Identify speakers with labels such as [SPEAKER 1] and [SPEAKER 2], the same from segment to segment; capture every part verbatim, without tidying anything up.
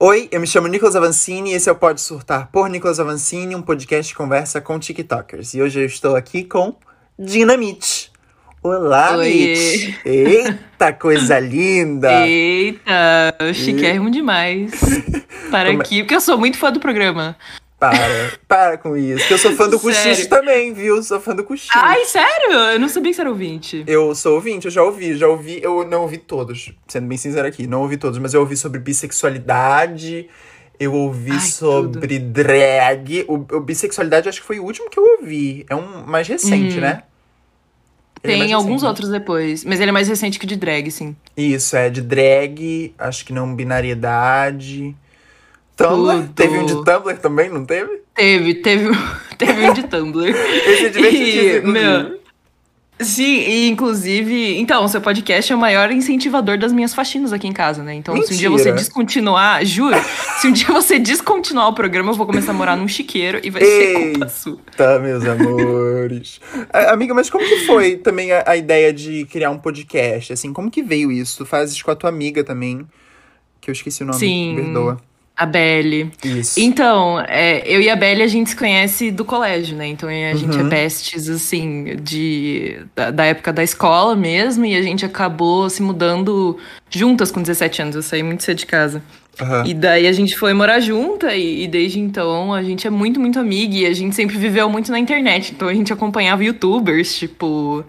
[SPEAKER 1] Oi, eu me chamo Nicolas Avancini e esse é o Pode Surtar por Nicolas Avancini, um podcast de conversa com TikTokers. E hoje eu estou aqui com Dinamite. Olá,
[SPEAKER 2] Oiê.
[SPEAKER 1] Mitch! Eita, coisa linda!
[SPEAKER 2] Eita, chiquérrimo demais. Para
[SPEAKER 1] Como é-
[SPEAKER 2] aqui, porque eu sou muito fã do programa.
[SPEAKER 1] Para, para com isso, que eu sou fã do Cochicho
[SPEAKER 2] Sério.
[SPEAKER 1] também, viu? Sou fã do Cochicho.
[SPEAKER 2] Ai, sério? Eu não sabia que você era ouvinte.
[SPEAKER 1] Eu sou ouvinte, eu já ouvi, já ouvi, eu não ouvi todos, sendo bem sincero aqui, não ouvi todos, mas eu ouvi sobre bissexualidade, eu ouvi
[SPEAKER 2] Ai,
[SPEAKER 1] sobre drag, o, o bissexualidade acho que foi o último que eu ouvi, é um mais recente,
[SPEAKER 2] Hum.
[SPEAKER 1] né? Ele é mais
[SPEAKER 2] Tem alguns
[SPEAKER 1] recente, né?
[SPEAKER 2] outros depois, mas ele é mais recente que o de drag, sim.
[SPEAKER 1] Isso, é de drag, acho que não binariedade, Tumblr,
[SPEAKER 2] Tudo.
[SPEAKER 1] teve um de Tumblr também, não teve?
[SPEAKER 2] Teve, teve, teve um de Tumblr.
[SPEAKER 1] Esse é divertidíssimo,
[SPEAKER 2] E,
[SPEAKER 1] inclusive.
[SPEAKER 2] meu, sim, e inclusive, então, seu podcast é o maior incentivador das minhas faxinas aqui em casa, né? Então, se um dia você
[SPEAKER 1] Mentira.
[SPEAKER 2] descontinuar, juro, se um dia você descontinuar o programa, eu vou começar a morar num chiqueiro e vai ser culpa sua.
[SPEAKER 1] Tá, meus amores. A- Amiga, mas como que foi também a, a ideia de criar um podcast? Assim, como que veio isso? Tu fazes com a tua amiga também, que eu esqueci o nome,
[SPEAKER 2] Sim,
[SPEAKER 1] perdoa.
[SPEAKER 2] a Belle.
[SPEAKER 1] Isso.
[SPEAKER 2] Então, é, eu e a Belle, a gente se conhece do colégio, né? Então, a gente é
[SPEAKER 1] Uhum.
[SPEAKER 2] besties, assim, de, da, da época da escola mesmo. E a gente acabou se mudando juntas com dezessete anos. Eu saí muito cedo de casa.
[SPEAKER 1] Aham.
[SPEAKER 2] E daí a gente foi morar junta e, e desde então a gente é muito, muito amiga e a gente sempre viveu muito na internet. Então a gente acompanhava YouTubers, tipo...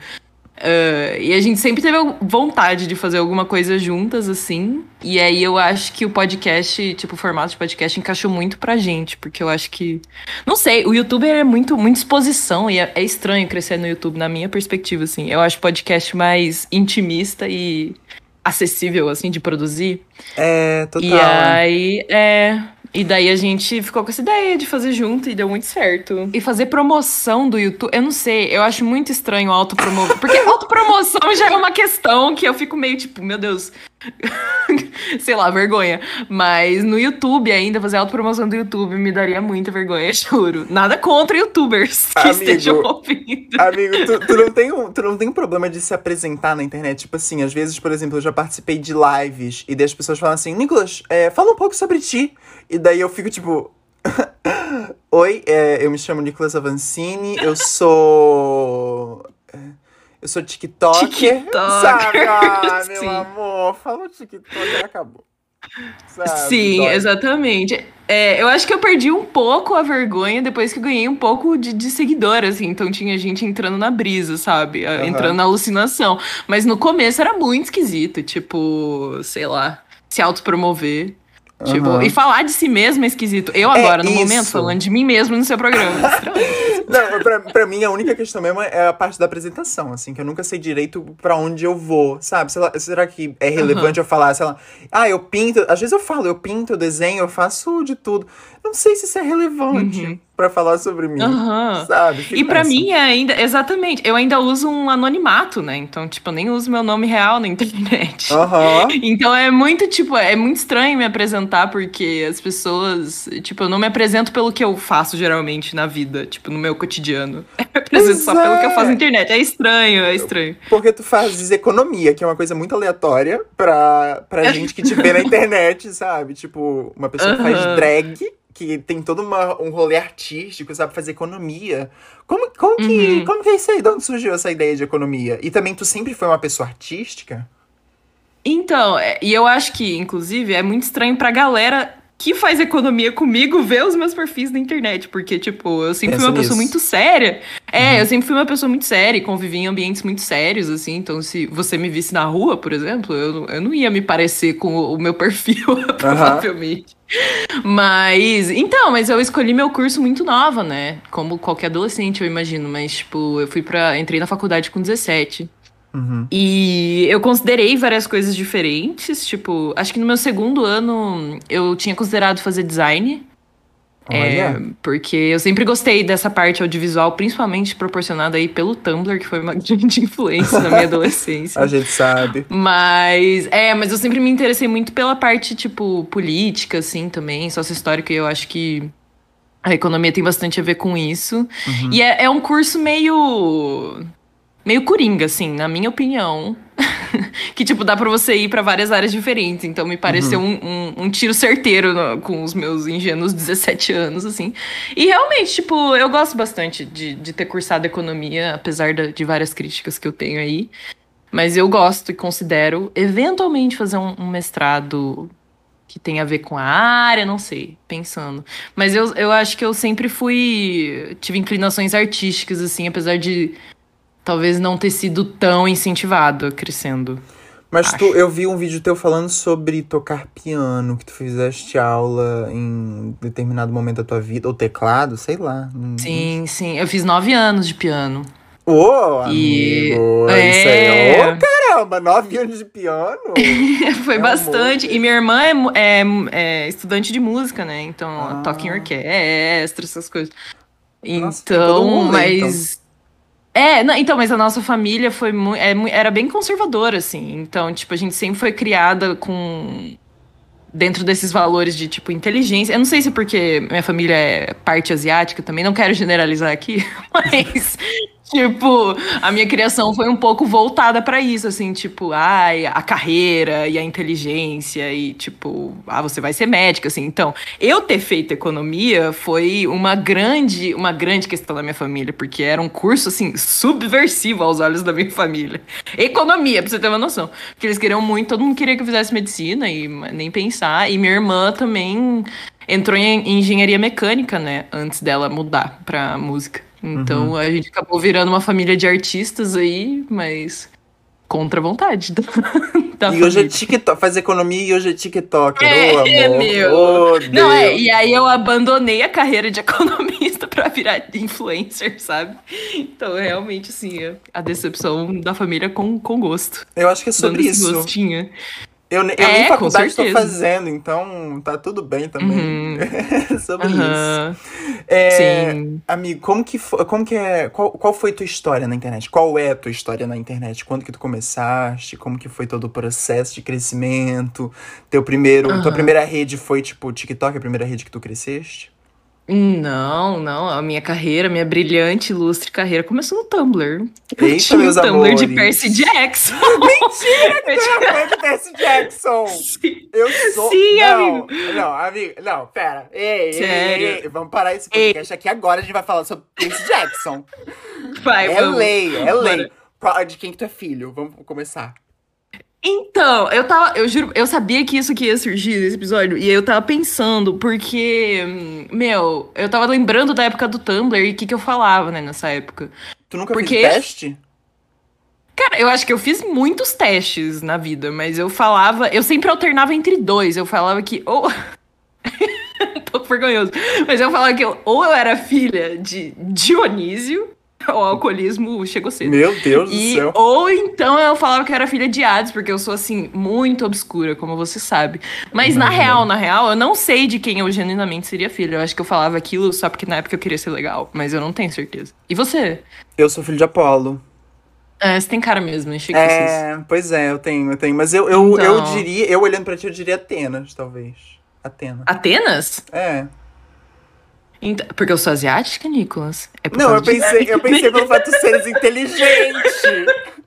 [SPEAKER 2] ah, e a gente sempre teve vontade de fazer alguma coisa juntas, assim. E aí eu acho que o podcast, tipo, o formato de podcast encaixou muito pra gente. Porque eu acho que... Não sei, o YouTuber é muito, muita exposição e é, é estranho crescer no YouTube, na minha perspectiva, assim. Eu acho o podcast mais intimista e acessível, assim, de produzir.
[SPEAKER 1] É,
[SPEAKER 2] E
[SPEAKER 1] total.
[SPEAKER 2] aí, é. E daí a gente ficou com essa ideia de fazer junto e deu muito certo. E fazer promoção do YouTube, eu não sei, eu acho muito estranho autopromover. Porque autopromoção já é uma questão que eu fico meio tipo, meu Deus. Sei lá, vergonha. Mas no YouTube ainda, fazer autopromoção do YouTube me daria muita vergonha, juro. Nada contra YouTubers que
[SPEAKER 1] Amigo,
[SPEAKER 2] estejam ouvindo.
[SPEAKER 1] Amigo, tu, tu não tem um, tu não tem um problema de se apresentar na internet? Tipo assim, às vezes, por exemplo, eu já participei de lives e daí as pessoas falam assim, Nicolas, é, fala um pouco sobre ti. E daí eu fico tipo... Oi, é, eu me chamo Nicolas Avancini, eu sou... é, Eu sou TikToker.
[SPEAKER 2] TikToker,
[SPEAKER 1] Sabe? Ah, meu
[SPEAKER 2] sim.
[SPEAKER 1] amor, fala o TikToker, acabou. Sabe?
[SPEAKER 2] Sim,
[SPEAKER 1] Dói.
[SPEAKER 2] exatamente. É, eu acho que eu perdi um pouco a vergonha depois que eu ganhei um pouco de, de seguidor, assim. Então tinha gente entrando na brisa, sabe? Ah, entrando
[SPEAKER 1] Aham.
[SPEAKER 2] na alucinação. Mas no começo era muito esquisito, tipo, sei lá, se autopromover. Tipo, e
[SPEAKER 1] Aham.
[SPEAKER 2] falar de si mesmo é esquisito. Eu
[SPEAKER 1] É
[SPEAKER 2] agora, no momento,
[SPEAKER 1] isso.
[SPEAKER 2] falando de mim mesmo no seu programa. Estranho.
[SPEAKER 1] Não, mas pra, pra mim a única questão mesmo é a parte da apresentação, assim, que eu nunca sei direito pra onde eu vou, sabe? Sei lá, será que é relevante
[SPEAKER 2] Aham.
[SPEAKER 1] eu falar, sei lá, ah, eu pinto, às vezes eu falo, eu pinto, eu desenho, eu faço de tudo. Não sei se isso é relevante
[SPEAKER 2] Uhum.
[SPEAKER 1] pra falar sobre mim,
[SPEAKER 2] Aham.
[SPEAKER 1] sabe?
[SPEAKER 2] E
[SPEAKER 1] Fico
[SPEAKER 2] pra
[SPEAKER 1] nessa.
[SPEAKER 2] mim é ainda, exatamente, eu ainda uso um anonimato, né? Então, tipo, eu nem uso meu nome real na internet.
[SPEAKER 1] Aham.
[SPEAKER 2] Então é muito, tipo, é muito estranho me apresentar porque as pessoas, tipo, eu não me apresento pelo que eu faço geralmente na vida, tipo, no meu cotidiano. Eu me apresento
[SPEAKER 1] Pois
[SPEAKER 2] só pelo que eu faço na
[SPEAKER 1] é.
[SPEAKER 2] internet. É estranho, é estranho.
[SPEAKER 1] Porque tu fazes economia, que é uma coisa muito aleatória pra, pra gente que te vê na internet, sabe? Tipo, uma pessoa que faz
[SPEAKER 2] Aham.
[SPEAKER 1] drag, que tem todo uma, um rolê artístico, sabe? Fazer economia. Como, como, que,
[SPEAKER 2] Uhum.
[SPEAKER 1] como que é isso aí? De onde surgiu essa ideia de economia? E também tu sempre foi uma pessoa artística?
[SPEAKER 2] Então, é- e eu acho que, inclusive, é muito estranho pra galera que faz economia comigo ver os meus perfis na internet, porque, tipo, eu sempre fui
[SPEAKER 1] Pensa
[SPEAKER 2] uma pessoa
[SPEAKER 1] nisso.
[SPEAKER 2] muito séria. É, eu
[SPEAKER 1] Uhum.
[SPEAKER 2] sempre fui uma pessoa muito séria e convivi em ambientes muito sérios, assim. Então, se você me visse na rua, por exemplo, eu, não- eu não ia me parecer com o meu perfil,
[SPEAKER 1] Aham.
[SPEAKER 2] provavelmente. Mas, então, mas eu escolhi meu curso muito nova, né? Como qualquer adolescente, eu imagino. Mas, tipo, eu fui pra. Entrei na faculdade com dezessete.
[SPEAKER 1] Uhum.
[SPEAKER 2] E eu considerei várias coisas diferentes. Tipo, acho que no meu segundo ano eu tinha considerado fazer design. É,
[SPEAKER 1] Olha.
[SPEAKER 2] porque eu sempre gostei dessa parte audiovisual, principalmente proporcionada aí pelo Tumblr, que foi uma grande influência na minha
[SPEAKER 1] A
[SPEAKER 2] adolescência.
[SPEAKER 1] gente sabe.
[SPEAKER 2] Mas, é, mas eu sempre me interessei muito pela parte, tipo, política, assim, também, sócio-histórica, e eu acho que a economia tem bastante a ver com isso.
[SPEAKER 1] Uhum.
[SPEAKER 2] E é, é um curso meio. meio coringa, assim, na minha opinião. que, tipo, dá pra você ir pra várias áreas diferentes. Então, me pareceu
[SPEAKER 1] Uhum.
[SPEAKER 2] um, um, um tiro certeiro no- com os meus ingênuos dezessete anos, assim. E realmente, tipo, eu gosto bastante de, de ter cursado economia, apesar da- de várias críticas que eu tenho aí. Mas eu gosto e considero, eventualmente, fazer um, um mestrado que tem a ver com a área, não sei, pensando. Mas eu, eu acho que eu sempre fui. Tive inclinações artísticas, assim, apesar de talvez não ter sido tão incentivado crescendo.
[SPEAKER 1] Mas tu,
[SPEAKER 2] Acho.
[SPEAKER 1] eu vi um vídeo teu falando sobre tocar piano, que tu fizeste aula em determinado momento da tua vida, ou teclado, sei lá. Não- não sei.
[SPEAKER 2] Sim, sim. Eu fiz nove anos de piano.
[SPEAKER 1] Ô,
[SPEAKER 2] E.
[SPEAKER 1] amigo, isso aí é. Ô,
[SPEAKER 2] É.
[SPEAKER 1] caramba, nove anos de piano?
[SPEAKER 2] Foi
[SPEAKER 1] É um
[SPEAKER 2] bastante. E
[SPEAKER 1] monte.
[SPEAKER 2] minha irmã é, mu- é, é estudante de música, né? Então, ela toca em
[SPEAKER 1] Ah,
[SPEAKER 2] orquestra, essas coisas.
[SPEAKER 1] nossa, tem todo um
[SPEAKER 2] Então,
[SPEAKER 1] rolê, então.
[SPEAKER 2] mas. É, não, então, mas a nossa família foi muito, era bem conservadora, assim. Então, tipo, a gente sempre foi criada com dentro desses valores de, tipo, inteligência. Eu não sei se é porque minha família é parte asiática também, não quero generalizar aqui, mas, tipo, a minha criação foi um pouco voltada pra isso, assim, tipo, ai, a carreira e a inteligência e, tipo, ah, você vai ser médica, assim. Então, eu ter feito economia foi uma grande, uma grande questão da minha família, porque era um curso, assim, subversivo aos olhos da minha família. Economia, pra você ter uma noção. Porque eles queriam muito, todo mundo queria que eu fizesse medicina e nem pensar. E minha irmã também entrou em engenharia mecânica, né? Antes dela mudar pra música. Então
[SPEAKER 1] Uhum.
[SPEAKER 2] a gente acabou virando uma família de artistas aí, mas contra a vontade da, da
[SPEAKER 1] E hoje é
[SPEAKER 2] família.
[SPEAKER 1] TikTok, faz economia e hoje é TikToker, ô
[SPEAKER 2] É,
[SPEAKER 1] amor,
[SPEAKER 2] meu.
[SPEAKER 1] ô
[SPEAKER 2] Não, é,
[SPEAKER 1] Deus.
[SPEAKER 2] e aí eu abandonei a carreira de economista pra virar influencer, sabe? Então, realmente, assim, a decepção da família com, com gosto.
[SPEAKER 1] Eu acho que é
[SPEAKER 2] Dando
[SPEAKER 1] sobre
[SPEAKER 2] esse
[SPEAKER 1] isso.
[SPEAKER 2] gostinho.
[SPEAKER 1] Eu, ne- eu nem
[SPEAKER 2] É, com
[SPEAKER 1] faculdade estou
[SPEAKER 2] certeza.
[SPEAKER 1] fazendo, então tá tudo bem também.
[SPEAKER 2] Uhum.
[SPEAKER 1] É sobre isso.
[SPEAKER 2] Aham.
[SPEAKER 1] É,
[SPEAKER 2] Sim.
[SPEAKER 1] amigo, como que foi, como que é, qual, qual foi tua história na internet? Qual é a tua história na internet? Quando que tu começaste? Como que foi todo o processo de crescimento? Teu primeiro, tua
[SPEAKER 2] Aham.
[SPEAKER 1] primeira rede foi tipo o TikTok, a primeira rede que tu cresceste?
[SPEAKER 2] Não, não. A minha carreira, minha brilhante, ilustre carreira começou no Tumblr. Eu
[SPEAKER 1] Eita,
[SPEAKER 2] tinha o
[SPEAKER 1] meus
[SPEAKER 2] Tumblr de Percy
[SPEAKER 1] amores.
[SPEAKER 2] Jackson.
[SPEAKER 1] Mentira que
[SPEAKER 2] Eu
[SPEAKER 1] tu era
[SPEAKER 2] tinha-
[SPEAKER 1] fã de Percy Jackson!
[SPEAKER 2] Sim,
[SPEAKER 1] Eu sou.
[SPEAKER 2] sim, amigo.
[SPEAKER 1] Não, não, amigo. Não, pera. Ei, ei, ei,
[SPEAKER 2] Sério.
[SPEAKER 1] ei. Vamos parar esse
[SPEAKER 2] Ei,
[SPEAKER 1] podcast aqui agora. A gente vai falar sobre Percy Jackson.
[SPEAKER 2] vai,
[SPEAKER 1] É
[SPEAKER 2] vamos.
[SPEAKER 1] lei, é lei.
[SPEAKER 2] Bora.
[SPEAKER 1] Pro- De quem que tu é filho? Vamos começar.
[SPEAKER 2] Então, eu tava, eu juro, eu sabia que isso que ia surgir nesse episódio, e aí eu tava pensando, porque, hum, meu, eu tava lembrando da época do Tumblr e o que que eu falava, né, nessa época.
[SPEAKER 1] Tu nunca fez o
[SPEAKER 2] Porque,
[SPEAKER 1] teste?
[SPEAKER 2] cara, eu acho que eu fiz muitos testes na vida, mas eu falava, eu sempre alternava entre dois. Eu falava que, ou, um pouco vergonhoso, mas eu falava que eu, ou eu era filha de Dionísio, o alcoolismo chegou cedo.
[SPEAKER 1] Meu Deus do
[SPEAKER 2] E,
[SPEAKER 1] céu.
[SPEAKER 2] ou então eu falava que eu era filha de Hades, porque eu sou, assim, muito obscura, como você sabe. Mas na real,
[SPEAKER 1] Imaginei.
[SPEAKER 2] na real, eu não sei de quem eu genuinamente seria filha. Eu acho que eu falava aquilo só porque na época eu queria ser legal, mas eu não tenho certeza. E você?
[SPEAKER 1] Eu sou filho de Apolo.
[SPEAKER 2] É, você tem cara mesmo, achei que fosse isso.
[SPEAKER 1] É, pois é, eu tenho, eu tenho. Mas eu, eu, eu
[SPEAKER 2] Então.
[SPEAKER 1] diria, eu olhando pra ti, eu diria Atenas, talvez. Atena.
[SPEAKER 2] Atenas?
[SPEAKER 1] É.
[SPEAKER 2] Então, porque eu sou asiática, Nicolas? É por
[SPEAKER 1] Não,
[SPEAKER 2] causa
[SPEAKER 1] eu
[SPEAKER 2] disso?
[SPEAKER 1] pensei, eu pensei pelo fato de seres inteligente.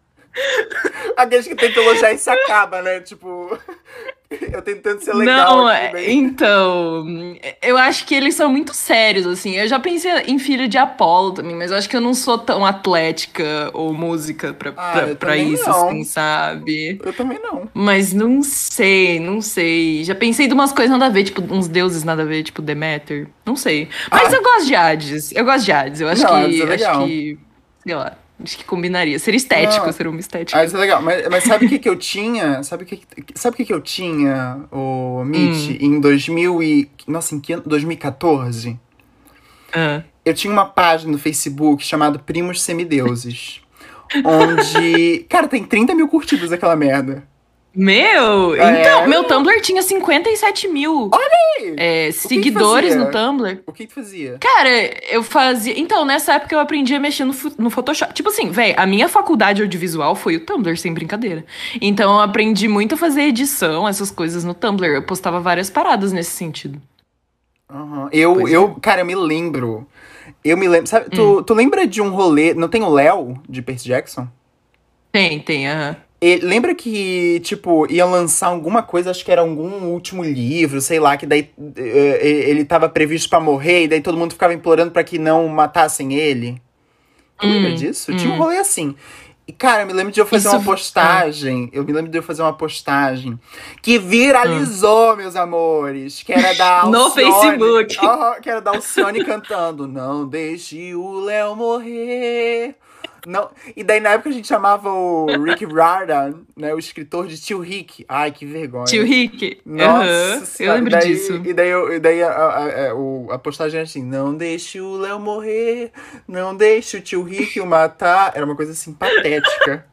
[SPEAKER 1] Aqueles que tentam elogiar e se acaba, né? Tipo, eu tentando ser legal
[SPEAKER 2] Não,
[SPEAKER 1] aqui,
[SPEAKER 2] é-
[SPEAKER 1] bem.
[SPEAKER 2] então. Eu acho que eles são muito sérios, assim. Eu já pensei em filho de Apolo também, mas eu acho que eu não sou tão atlética ou música pra,
[SPEAKER 1] Ah,
[SPEAKER 2] pra,
[SPEAKER 1] eu
[SPEAKER 2] pra
[SPEAKER 1] também
[SPEAKER 2] isso, assim,
[SPEAKER 1] não.
[SPEAKER 2] sabe?
[SPEAKER 1] Eu também não.
[SPEAKER 2] Mas não sei, não sei. Já pensei de umas coisas nada a ver, tipo, uns deuses nada a ver, tipo Deméter. Não sei. Mas
[SPEAKER 1] Ah,
[SPEAKER 2] eu gosto de Hades. Eu gosto de Hades. Eu acho
[SPEAKER 1] não, isso é
[SPEAKER 2] que. Acho
[SPEAKER 1] legal.
[SPEAKER 2] que. Sei lá. Acho que combinaria. Seria estético,
[SPEAKER 1] Não,
[SPEAKER 2] seria uma
[SPEAKER 1] ah,
[SPEAKER 2] estética.
[SPEAKER 1] isso é legal. Mas, mas sabe o que que eu tinha? Sabe o que, sabe o que que eu tinha, o Mitch,
[SPEAKER 2] Hum.
[SPEAKER 1] em dois mil e... Nossa, em que ano? dois mil e quatorze?
[SPEAKER 2] Ah.
[SPEAKER 1] Eu tinha uma página no Facebook chamada Primos Semideuses. Onde... Cara, tem trinta mil curtidas aquela merda.
[SPEAKER 2] Meu, então,
[SPEAKER 1] É...
[SPEAKER 2] meu Tumblr tinha cinquenta e sete mil
[SPEAKER 1] Ei,
[SPEAKER 2] é,
[SPEAKER 1] o que que
[SPEAKER 2] seguidores no
[SPEAKER 1] fazia?
[SPEAKER 2] Tumblr.
[SPEAKER 1] O que que tu fazia?
[SPEAKER 2] Cara, eu fazia. Então, nessa época eu aprendi a mexer no, fu- no Photoshop. Tipo assim, velho, a minha faculdade audiovisual foi o Tumblr, sem brincadeira. Então, eu aprendi muito a fazer edição, essas coisas no Tumblr. Eu postava várias paradas nesse sentido.
[SPEAKER 1] Aham. Eu,
[SPEAKER 2] Pois é.
[SPEAKER 1] eu, cara, eu me lembro. Eu me lembro. Sabe,
[SPEAKER 2] Hum.
[SPEAKER 1] tu, tu lembra de um rolê. Não tem o Léo de Percy Jackson?
[SPEAKER 2] Tem, tem, aham.
[SPEAKER 1] E lembra que, tipo, ia lançar alguma coisa, acho que era algum último livro, sei lá, que daí eh, eh, ele tava previsto pra morrer, e daí todo mundo ficava implorando pra que não matassem ele? Tu lembra
[SPEAKER 2] Hum,
[SPEAKER 1] disso? Tinha um
[SPEAKER 2] hum.
[SPEAKER 1] rolê assim. E, cara, eu me lembro de eu fazer
[SPEAKER 2] Isso.
[SPEAKER 1] uma
[SPEAKER 2] Ah,
[SPEAKER 1] postagem. Eu me lembro de eu fazer uma postagem que
[SPEAKER 2] ah.
[SPEAKER 1] viralizou, meus amores. Que era da
[SPEAKER 2] No
[SPEAKER 1] Alcione.
[SPEAKER 2] Facebook.
[SPEAKER 1] Aham, que era da Alcione cantando. Não deixe o Léo morrer. Não. E daí, na época, a gente chamava o Rick Riordan, né? O escritor de Tio Rick. Ai, que
[SPEAKER 2] Tio
[SPEAKER 1] vergonha.
[SPEAKER 2] Rick. Aham,
[SPEAKER 1] Nossa
[SPEAKER 2] eu
[SPEAKER 1] senhora, e
[SPEAKER 2] lembro
[SPEAKER 1] daí,
[SPEAKER 2] disso.
[SPEAKER 1] e daí, eu- e daí a, a, a, o- a postagem é assim: não deixe o Léo morrer, não deixe o tio Rick o matar. Era uma coisa assim patética.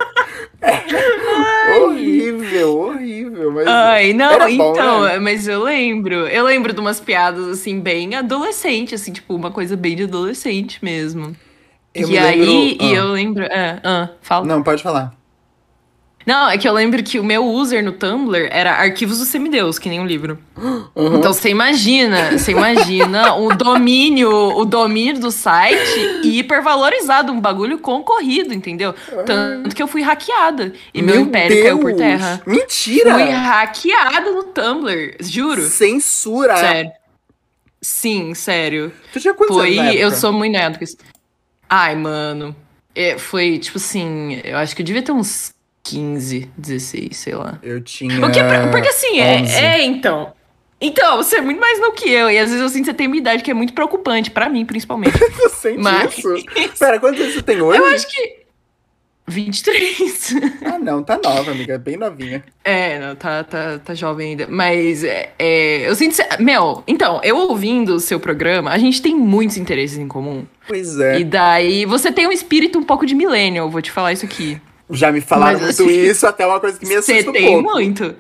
[SPEAKER 2] Ai.
[SPEAKER 1] Horrível, horrível, mas
[SPEAKER 2] Ai, não,
[SPEAKER 1] era bom,
[SPEAKER 2] então,
[SPEAKER 1] né?
[SPEAKER 2] mas eu lembro. Eu lembro de umas piadas, assim, bem adolescente, assim, tipo, uma coisa bem de adolescente mesmo.
[SPEAKER 1] Eu
[SPEAKER 2] E
[SPEAKER 1] me lembro.
[SPEAKER 2] aí, e
[SPEAKER 1] Ah,
[SPEAKER 2] eu lembro. É, ah, fala.
[SPEAKER 1] não, pode falar.
[SPEAKER 2] Não, é que eu lembro que o meu user no Tumblr era Arquivos do Semideus, que nem um livro. Então
[SPEAKER 1] Uhum.
[SPEAKER 2] você imagina, você imagina o domínio, o domínio do site hipervalorizado, um bagulho concorrido, entendeu? Tanto que eu fui hackeada e meu
[SPEAKER 1] Meu
[SPEAKER 2] império caiu por
[SPEAKER 1] Deus!
[SPEAKER 2] terra. Fui
[SPEAKER 1] Mentira!
[SPEAKER 2] hackeada no Tumblr, juro.
[SPEAKER 1] Censura!
[SPEAKER 2] Sério. Sim, sério.
[SPEAKER 1] Tu tinha quantos anos
[SPEAKER 2] Foi,
[SPEAKER 1] na
[SPEAKER 2] eu
[SPEAKER 1] época?
[SPEAKER 2] sou muito nerd com isso. Ai, mano. É, foi tipo assim, eu acho que eu devia ter uns quinze, dezesseis, sei lá.
[SPEAKER 1] Eu
[SPEAKER 2] O que, é pra- porque
[SPEAKER 1] tinha
[SPEAKER 2] assim,
[SPEAKER 1] onze.
[SPEAKER 2] é, é então. Então, você é muito mais novo que eu, e às vezes eu sinto que você tem uma idade que é muito preocupante, pra mim, principalmente.
[SPEAKER 1] Tu sente
[SPEAKER 2] Mas
[SPEAKER 1] isso? Pera, quantos anos você tem
[SPEAKER 2] eu
[SPEAKER 1] hoje?
[SPEAKER 2] acho que vinte e três.
[SPEAKER 1] Ah, não, tá nova, amiga, bem novinha.
[SPEAKER 2] É, não, tá, tá, tá jovem ainda. Mas é, é, eu sinto. Mel, então, eu ouvindo o seu programa, a gente tem muitos interesses em comum.
[SPEAKER 1] Pois
[SPEAKER 2] E
[SPEAKER 1] é.
[SPEAKER 2] daí você tem um espírito um pouco de millennial, vou te falar isso aqui.
[SPEAKER 1] Já me falaram
[SPEAKER 2] Mas
[SPEAKER 1] muito
[SPEAKER 2] assim,
[SPEAKER 1] isso, até uma coisa que me
[SPEAKER 2] você
[SPEAKER 1] assusta um
[SPEAKER 2] tem
[SPEAKER 1] pouco.
[SPEAKER 2] muito.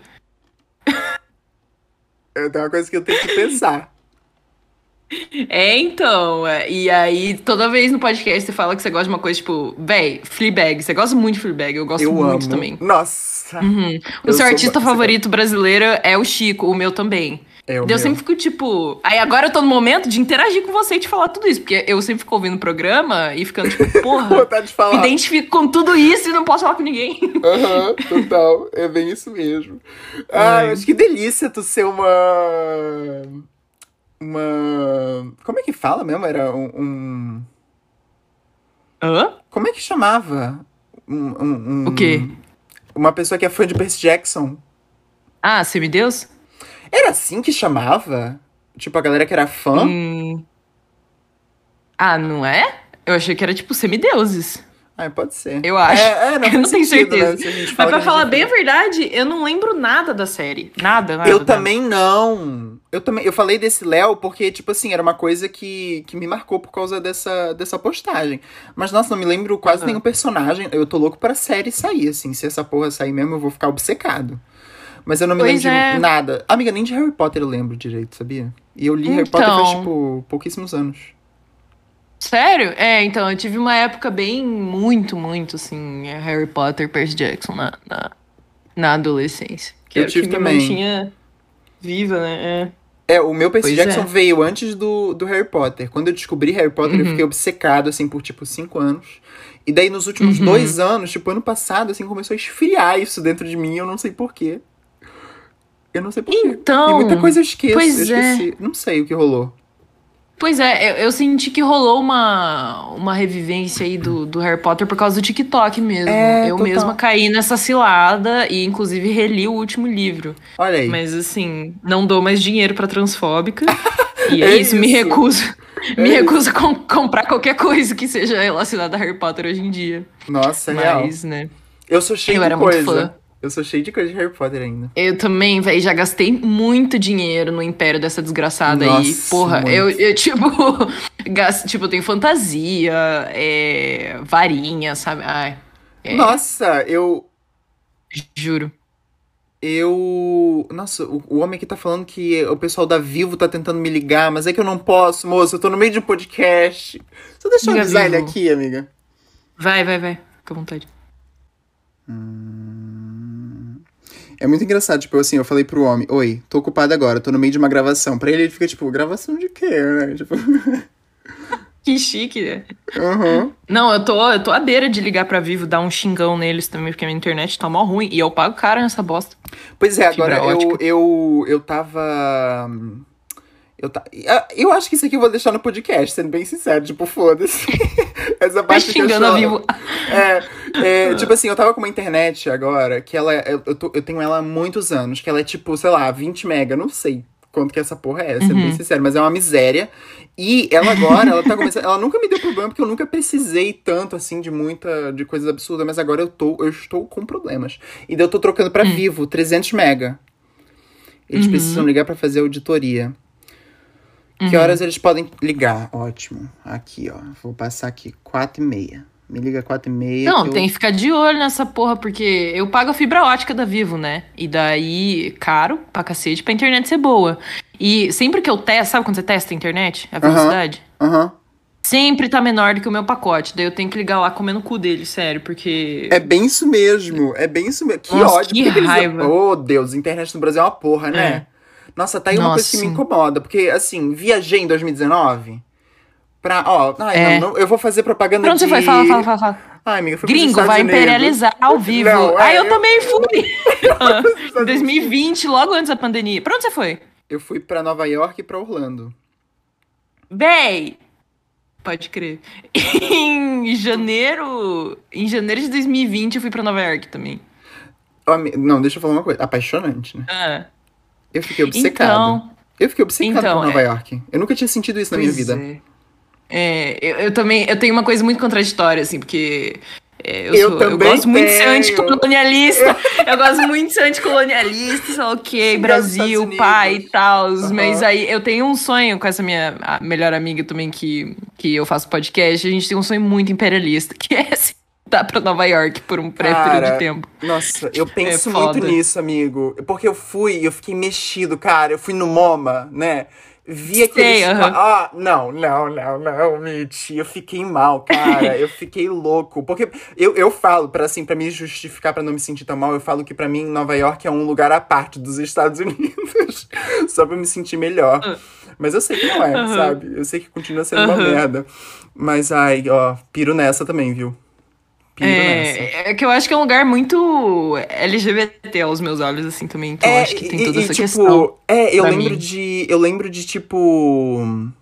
[SPEAKER 1] É até uma coisa que eu tenho que pensar.
[SPEAKER 2] É, então. é, E aí, toda vez no podcast você fala que você gosta de uma coisa tipo, véi, Fleabag. Você gosta muito de Fleabag, eu gosto
[SPEAKER 1] Eu
[SPEAKER 2] muito
[SPEAKER 1] amo.
[SPEAKER 2] também.
[SPEAKER 1] Nossa,
[SPEAKER 2] O
[SPEAKER 1] eu
[SPEAKER 2] seu
[SPEAKER 1] sou
[SPEAKER 2] artista
[SPEAKER 1] obcecado.
[SPEAKER 2] favorito brasileiro é o Chico, o meu também.
[SPEAKER 1] É o
[SPEAKER 2] Daí eu
[SPEAKER 1] meu.
[SPEAKER 2] sempre fico tipo. Aí agora eu tô no momento de interagir com você e te falar tudo isso, porque eu sempre fico ouvindo o programa e ficando tipo, porra,
[SPEAKER 1] Vontade de
[SPEAKER 2] me
[SPEAKER 1] falar.
[SPEAKER 2] identifico com tudo isso e não posso falar com ninguém.
[SPEAKER 1] Aham, total. É bem isso mesmo. Ah,
[SPEAKER 2] Ai.
[SPEAKER 1] mas que delícia tu ser uma. Uma. Como é que fala mesmo? Era um. um-
[SPEAKER 2] Hã?
[SPEAKER 1] Como é que chamava? Um, um-
[SPEAKER 2] O quê?
[SPEAKER 1] um- Uma pessoa que é fã de Percy Jackson.
[SPEAKER 2] Ah, semideus?
[SPEAKER 1] Era assim que chamava? Tipo, a galera que era fã?
[SPEAKER 2] Hum. Ah, não é? Eu achei que era tipo semideuses.
[SPEAKER 1] Ah, pode ser.
[SPEAKER 2] Eu acho.
[SPEAKER 1] É, é, não
[SPEAKER 2] Eu
[SPEAKER 1] faz
[SPEAKER 2] não tenho
[SPEAKER 1] sentido, né?
[SPEAKER 2] certeza.
[SPEAKER 1] Se a gente
[SPEAKER 2] Mas
[SPEAKER 1] fala que
[SPEAKER 2] pra
[SPEAKER 1] a gente
[SPEAKER 2] falar
[SPEAKER 1] é
[SPEAKER 2] bem a
[SPEAKER 1] fã.
[SPEAKER 2] verdade, eu não lembro nada da série. Nada, nada,
[SPEAKER 1] Eu
[SPEAKER 2] nada.
[SPEAKER 1] também não. Eu também, eu falei desse Léo porque, tipo assim, era uma coisa que, que me marcou por causa dessa, dessa postagem. Mas, nossa, não me lembro quase nenhum
[SPEAKER 2] Aham.
[SPEAKER 1] personagem. Eu tô louco pra série sair, assim. Se essa porra sair mesmo, eu vou ficar obcecado. Mas eu não me lembro
[SPEAKER 2] Pois
[SPEAKER 1] de
[SPEAKER 2] é.
[SPEAKER 1] nada. Amiga, nem de Harry Potter eu lembro direito, sabia? E eu li Harry Potter faz,
[SPEAKER 2] Então.
[SPEAKER 1] tipo, pouquíssimos anos.
[SPEAKER 2] Sério? É, então, eu tive uma época bem, muito, muito, assim, é, Harry Potter, Percy Jackson na, na, na adolescência. Que
[SPEAKER 1] Eu
[SPEAKER 2] era o que
[SPEAKER 1] tive
[SPEAKER 2] me
[SPEAKER 1] também.
[SPEAKER 2] mantinha viva, né? É.
[SPEAKER 1] É, o meu Percy
[SPEAKER 2] Pois
[SPEAKER 1] Jackson
[SPEAKER 2] é.
[SPEAKER 1] veio antes do, do Harry Potter. Quando eu descobri Harry Potter, eu fiquei
[SPEAKER 2] Uhum.
[SPEAKER 1] obcecado, assim, por, tipo, cinco anos. E daí, nos últimos dois
[SPEAKER 2] Uhum.
[SPEAKER 1] anos, tipo, ano passado, assim, começou a esfriar isso dentro de mim. Eu não sei por quê. Eu não sei por quê. E muita
[SPEAKER 2] Então,
[SPEAKER 1] coisa eu esqueço. Eu
[SPEAKER 2] pois é.
[SPEAKER 1] esqueci. Não sei o que rolou.
[SPEAKER 2] Pois é, eu, eu senti que rolou uma, uma revivência aí do, do Harry Potter por causa do TikTok mesmo.
[SPEAKER 1] É,
[SPEAKER 2] Eu mesma
[SPEAKER 1] total.
[SPEAKER 2] caí nessa cilada e, inclusive, reli o último livro.
[SPEAKER 1] Olha aí.
[SPEAKER 2] Mas, assim, não dou mais dinheiro pra transfóbica. E é
[SPEAKER 1] É
[SPEAKER 2] isso, me
[SPEAKER 1] isso.
[SPEAKER 2] recuso. Me
[SPEAKER 1] É isso.
[SPEAKER 2] recuso a com- comprar qualquer coisa que seja relacionada a Harry Potter hoje em dia.
[SPEAKER 1] Nossa, real.
[SPEAKER 2] Mas, né,
[SPEAKER 1] Eu sou cheio
[SPEAKER 2] eu
[SPEAKER 1] de
[SPEAKER 2] era muito fã.
[SPEAKER 1] coisa. Eu sou cheio de coisa de Harry Potter ainda.
[SPEAKER 2] Eu também, velho, já gastei muito dinheiro no império dessa desgraçada aí.
[SPEAKER 1] Nossa,
[SPEAKER 2] Porra, eu,
[SPEAKER 1] muito.
[SPEAKER 2] eu tipo, gasto, tipo, eu tenho fantasia, é, varinha, sabe? Ai, é,
[SPEAKER 1] Nossa, eu.
[SPEAKER 2] juro.
[SPEAKER 1] Eu. Nossa, o, o homem aqui tá falando que o pessoal da Vivo tá tentando me ligar, mas é que eu não posso, moço. Eu tô no meio de um podcast. Só deixa eu
[SPEAKER 2] Diga
[SPEAKER 1] avisar ele
[SPEAKER 2] vivo.
[SPEAKER 1] aqui, amiga.
[SPEAKER 2] Vai, vai, vai. Fica à vontade.
[SPEAKER 1] É muito engraçado, tipo, assim, eu falei pro homem, oi, tô ocupado agora, tô no meio de uma gravação. Pra ele, ele fica tipo, gravação de quê, né? Tipo,
[SPEAKER 2] Que chique, né?
[SPEAKER 1] Uhum.
[SPEAKER 2] Não, eu tô, eu tô à beira de ligar pra Vivo, dar um xingão neles também, porque a minha internet tá mó ruim. E eu pago caro nessa bosta.
[SPEAKER 1] Pois é, agora
[SPEAKER 2] Fibra
[SPEAKER 1] eu,
[SPEAKER 2] ótica.
[SPEAKER 1] eu, eu tava. Eu, ta... eu acho que isso aqui eu vou deixar no podcast, sendo bem sincero, tipo, foda-se. Essa
[SPEAKER 2] Tá
[SPEAKER 1] parte que eu
[SPEAKER 2] xingando a
[SPEAKER 1] choro.
[SPEAKER 2] Vivo.
[SPEAKER 1] É, é, tipo assim, eu tava com uma internet agora, que ela, é- eu, eu, tô- eu tenho ela há muitos anos, que ela é tipo, sei lá, vinte mega, não sei quanto que essa porra é, sendo bem
[SPEAKER 2] Uhum.
[SPEAKER 1] sincero, mas é uma miséria. E ela agora, ela tá começando, ela nunca me deu problema, porque eu nunca precisei tanto, assim, de muita, de coisas absurdas, mas agora eu tô, eu estou com problemas. E daí eu tô trocando pra
[SPEAKER 2] Hum.
[SPEAKER 1] Vivo, trezentos mega. Eles precisam
[SPEAKER 2] Uhum.
[SPEAKER 1] ligar pra fazer auditoria. Que
[SPEAKER 2] Uhum.
[SPEAKER 1] horas eles podem ligar? Ótimo. Aqui, ó. Vou passar aqui. Quatro e meia. Me liga quatro e meia
[SPEAKER 2] Não,
[SPEAKER 1] que
[SPEAKER 2] tem
[SPEAKER 1] eu...
[SPEAKER 2] que ficar de olho nessa porra, porque eu pago a fibra ótica da Vivo, né? E daí, caro pra cacete, pra internet ser boa. E sempre que eu testo, sabe quando você testa a internet? A
[SPEAKER 1] Aham,
[SPEAKER 2] velocidade?
[SPEAKER 1] aham.
[SPEAKER 2] Sempre tá menor do que o meu pacote. Daí eu tenho que ligar lá comendo o cu dele, sério, porque.
[SPEAKER 1] É bem isso mesmo. É bem isso mesmo. Que
[SPEAKER 2] Nossa,
[SPEAKER 1] ódio. Por
[SPEAKER 2] que
[SPEAKER 1] que que eles...
[SPEAKER 2] raiva.
[SPEAKER 1] Oh, Deus. Internet no Brasil é uma porra, né?
[SPEAKER 2] É.
[SPEAKER 1] Nossa, tá aí uma
[SPEAKER 2] Nossa,
[SPEAKER 1] coisa que me
[SPEAKER 2] sim.
[SPEAKER 1] incomoda. Porque, assim, viajei em dois mil e dezenove pra... Ó, ai, não,
[SPEAKER 2] É.
[SPEAKER 1] não. Eu vou fazer propaganda
[SPEAKER 2] Pra onde você foi? Fala, fala,
[SPEAKER 1] de...
[SPEAKER 2] fala, fala.
[SPEAKER 1] Ai, amiga, eu fui pros
[SPEAKER 2] Gringo,
[SPEAKER 1] Estados
[SPEAKER 2] vai
[SPEAKER 1] Unidos.
[SPEAKER 2] imperializar ao vivo.
[SPEAKER 1] Não,
[SPEAKER 2] Ah,
[SPEAKER 1] é...
[SPEAKER 2] eu
[SPEAKER 1] Eu,
[SPEAKER 2] também fui!
[SPEAKER 1] eu fui pros Estados Unidos.
[SPEAKER 2] dois mil e vinte, logo antes da pandemia. Pra onde você foi?
[SPEAKER 1] Eu fui pra Nova York e pra Orlando.
[SPEAKER 2] Véi! Pode crer. Em janeiro. Em janeiro de dois mil e vinte eu fui pra Nova York também.
[SPEAKER 1] Ó, ami- Não, deixa eu falar uma coisa. Apaixonante, né?
[SPEAKER 2] Ah.
[SPEAKER 1] Eu fiquei obcecado.
[SPEAKER 2] Então.
[SPEAKER 1] Eu fiquei obcecado por
[SPEAKER 2] Então,
[SPEAKER 1] Nova
[SPEAKER 2] é.
[SPEAKER 1] York. Eu nunca tinha sentido isso na minha
[SPEAKER 2] Pois
[SPEAKER 1] vida.
[SPEAKER 2] é. É, eu, eu também. Eu tenho uma coisa muito contraditória, assim, porque. é, eu
[SPEAKER 1] Eu
[SPEAKER 2] sou. Eu
[SPEAKER 1] também
[SPEAKER 2] gosto muito de ser
[SPEAKER 1] tenho.
[SPEAKER 2] anticolonialista. Eu gosto muito de ser anticolonialista, sei lá o quê,
[SPEAKER 1] Xingar os Estados
[SPEAKER 2] Brasil, pai e
[SPEAKER 1] Unidos.
[SPEAKER 2] tal. Mas
[SPEAKER 1] Aham.
[SPEAKER 2] aí eu tenho um sonho com essa minha a- melhor amiga também, que, que eu faço podcast. A gente tem um sonho muito imperialista, que é se mudar pra Nova York por um breve período de
[SPEAKER 1] Cara,
[SPEAKER 2] tempo.
[SPEAKER 1] nossa, eu
[SPEAKER 2] É
[SPEAKER 1] penso muito
[SPEAKER 2] foda.
[SPEAKER 1] nisso, amigo. Porque eu fui, eu fiquei mexido, cara. Eu fui no MoMA, né? Vi aqueles.
[SPEAKER 2] Sei, aham.
[SPEAKER 1] Ah, não, não, não, não, Mitch. Eu fiquei mal, cara. Eu fiquei louco. Porque eu, eu falo, pra, assim, pra me justificar, pra não me sentir tão mal, eu falo que pra mim Nova York é um lugar à parte dos Estados Unidos. Só pra me sentir melhor. Mas eu sei que não é,
[SPEAKER 2] Aham.
[SPEAKER 1] sabe? Eu sei que continua sendo uma
[SPEAKER 2] Aham.
[SPEAKER 1] merda. Mas, ai, ó, piro nessa também, viu? Piro nessa.
[SPEAKER 2] É, é que eu acho que é um lugar muito L G B T aos meus olhos, assim, também. Então eu
[SPEAKER 1] É,
[SPEAKER 2] acho que tem toda
[SPEAKER 1] e, e,
[SPEAKER 2] essa questão
[SPEAKER 1] tipo, é, eu
[SPEAKER 2] pra
[SPEAKER 1] lembro
[SPEAKER 2] mim.
[SPEAKER 1] de. Eu lembro de, tipo.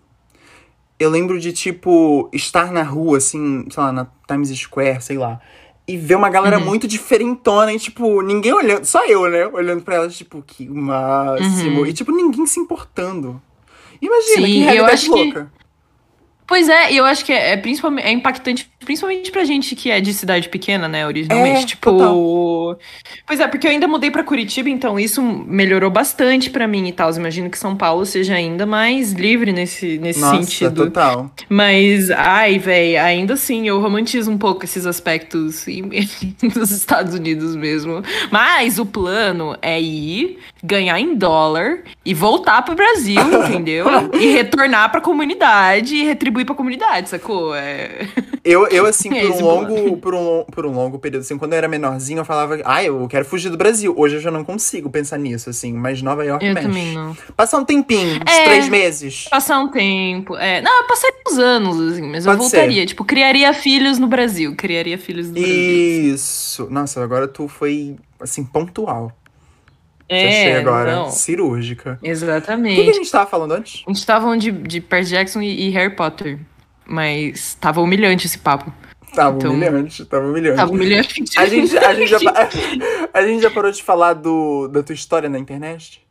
[SPEAKER 1] Eu lembro de, tipo, estar na rua, assim, sei lá, na Times Square, sei lá. E ver uma galera
[SPEAKER 2] Uhum.
[SPEAKER 1] muito diferentona e, tipo, ninguém olhando. Só eu, né? Olhando pra elas, tipo, que máximo. E,
[SPEAKER 2] Uhum.
[SPEAKER 1] tipo, ninguém se importando. Imagina, que
[SPEAKER 2] Sim, e eu
[SPEAKER 1] realidade
[SPEAKER 2] acho que.
[SPEAKER 1] louca.
[SPEAKER 2] Pois é, e eu acho que é, é, principalmente, é impactante, principalmente pra gente que é de cidade pequena, né, originalmente.
[SPEAKER 1] É, total.
[SPEAKER 2] Tipo. Pois é, porque eu ainda mudei pra Curitiba, então isso melhorou bastante pra mim e tal. Imagino que São Paulo seja ainda mais livre nesse, nesse
[SPEAKER 1] Nossa,
[SPEAKER 2] sentido.
[SPEAKER 1] total.
[SPEAKER 2] Mas, ai, véi, ainda assim, eu romantizo um pouco esses aspectos em- dos Estados Unidos mesmo. Mas o plano é ir, ganhar em dólar e voltar pro Brasil, entendeu? E retornar pra comunidade e retribuir pra comunidade, sacou? É,
[SPEAKER 1] Eu, eu assim,
[SPEAKER 2] é
[SPEAKER 1] por um
[SPEAKER 2] esse o plano.
[SPEAKER 1] longo, por um, lon- por um longo período, assim, quando eu era menorzinho, eu falava, ah, eu quero fugir do Brasil. Hoje eu já não consigo pensar nisso, assim, mas Nova York
[SPEAKER 2] Eu também
[SPEAKER 1] mexe.
[SPEAKER 2] não.
[SPEAKER 1] Passar um tempinho, uns três
[SPEAKER 2] É,
[SPEAKER 1] meses.
[SPEAKER 2] passar um tempo. É, não, eu passei uns anos, assim, mas eu
[SPEAKER 1] Pode ser.
[SPEAKER 2] voltaria. Tipo, criaria filhos no Brasil. Criaria filhos no Brasil, assim.
[SPEAKER 1] Isso. Nossa, agora tu foi, assim, pontual. Te achei
[SPEAKER 2] É,
[SPEAKER 1] agora,
[SPEAKER 2] não.
[SPEAKER 1] cirúrgica. O que, que a
[SPEAKER 2] Exatamente.
[SPEAKER 1] gente tava falando antes?
[SPEAKER 2] A gente tava falando de, de Percy Jackson e, e Harry Potter. Mas tava humilhante esse papo.
[SPEAKER 1] Tava
[SPEAKER 2] Então,
[SPEAKER 1] humilhante, tava humilhante.
[SPEAKER 2] tava humilhante.
[SPEAKER 1] A gente, a gente, já, pa- a gente já parou de falar do, da tua história na internet?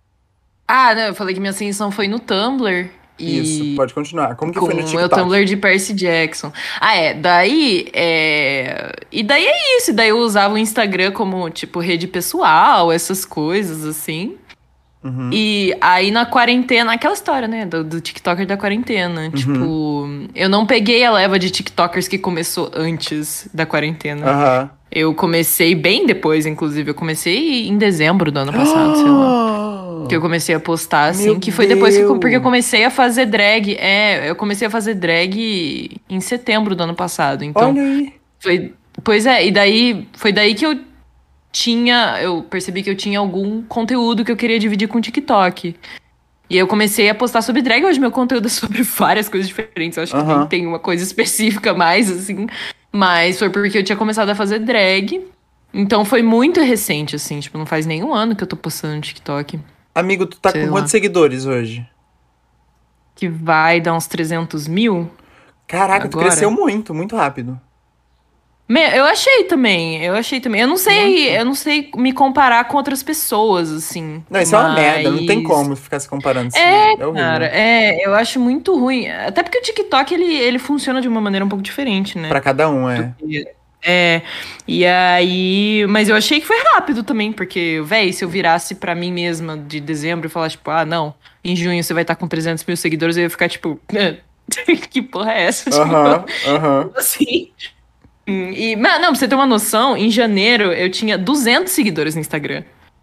[SPEAKER 2] Ah, não, eu falei que minha ascensão foi no Tumblr.
[SPEAKER 1] Isso,
[SPEAKER 2] E
[SPEAKER 1] pode continuar. Como que
[SPEAKER 2] com
[SPEAKER 1] foi no
[SPEAKER 2] o meu
[SPEAKER 1] TikTok?
[SPEAKER 2] Tumblr de Percy Jackson. Ah, é. Daí, é... E daí é isso. Daí eu usava o Instagram como, tipo, rede pessoal, essas coisas, assim.
[SPEAKER 1] Uhum,
[SPEAKER 2] E aí na quarentena, aquela história, né, do, do TikToker da quarentena.
[SPEAKER 1] uhum,
[SPEAKER 2] Tipo, eu não peguei a leva de TikTokers que começou antes da quarentena.
[SPEAKER 1] aham.
[SPEAKER 2] Eu comecei bem depois, inclusive. Eu comecei em dezembro do ano passado, sei lá. Que eu comecei a postar, assim.
[SPEAKER 1] Meu
[SPEAKER 2] Que foi depois que eu, porque eu
[SPEAKER 1] Deus!
[SPEAKER 2] comecei a fazer drag. É, eu comecei a fazer drag em setembro do ano passado. Então,
[SPEAKER 1] Olha aí.
[SPEAKER 2] foi. Pois é, e daí foi daí que eu tinha. Eu percebi que eu tinha algum conteúdo que eu queria dividir com o TikTok. E eu comecei a postar sobre drag. Hoje meu conteúdo é sobre várias coisas diferentes. Eu acho que
[SPEAKER 1] Aham.
[SPEAKER 2] nem tem uma coisa específica mais, assim. Mas foi porque eu tinha começado a fazer drag. Então foi muito recente, assim. Tipo, não faz nenhum ano que eu tô postando no TikTok.
[SPEAKER 1] Amigo, tu tá
[SPEAKER 2] Sei
[SPEAKER 1] com quantos
[SPEAKER 2] lá.
[SPEAKER 1] seguidores hoje?
[SPEAKER 2] Que vai dar uns trezentos mil
[SPEAKER 1] Caraca, tu cresceu
[SPEAKER 2] agora.
[SPEAKER 1] muito, muito rápido.
[SPEAKER 2] Me- Eu achei também, eu achei também. Eu não sei,
[SPEAKER 1] Nossa.
[SPEAKER 2] eu não sei me comparar com outras pessoas, assim.
[SPEAKER 1] Não, isso é uma merda, não tem
[SPEAKER 2] Mas.
[SPEAKER 1] como ficar se comparando assim.
[SPEAKER 2] É,
[SPEAKER 1] É
[SPEAKER 2] cara,
[SPEAKER 1] horrível.
[SPEAKER 2] é, eu acho muito ruim. Até porque o TikTok, ele, ele funciona de uma maneira um pouco diferente, né?
[SPEAKER 1] Pra cada um,
[SPEAKER 2] Do
[SPEAKER 1] é.
[SPEAKER 2] que- É, e aí. Mas eu achei que foi rápido também, porque, véi, se eu virasse pra mim mesma de dezembro e falasse, tipo, ah, não, em junho você vai estar com trezentos mil seguidores, eu ia ficar, tipo, que porra é essa? Tipo,
[SPEAKER 1] Aham, aham.
[SPEAKER 2] assim. Hum, E, mas, não, pra você ter uma noção, em janeiro eu tinha duzentos seguidores no Instagram.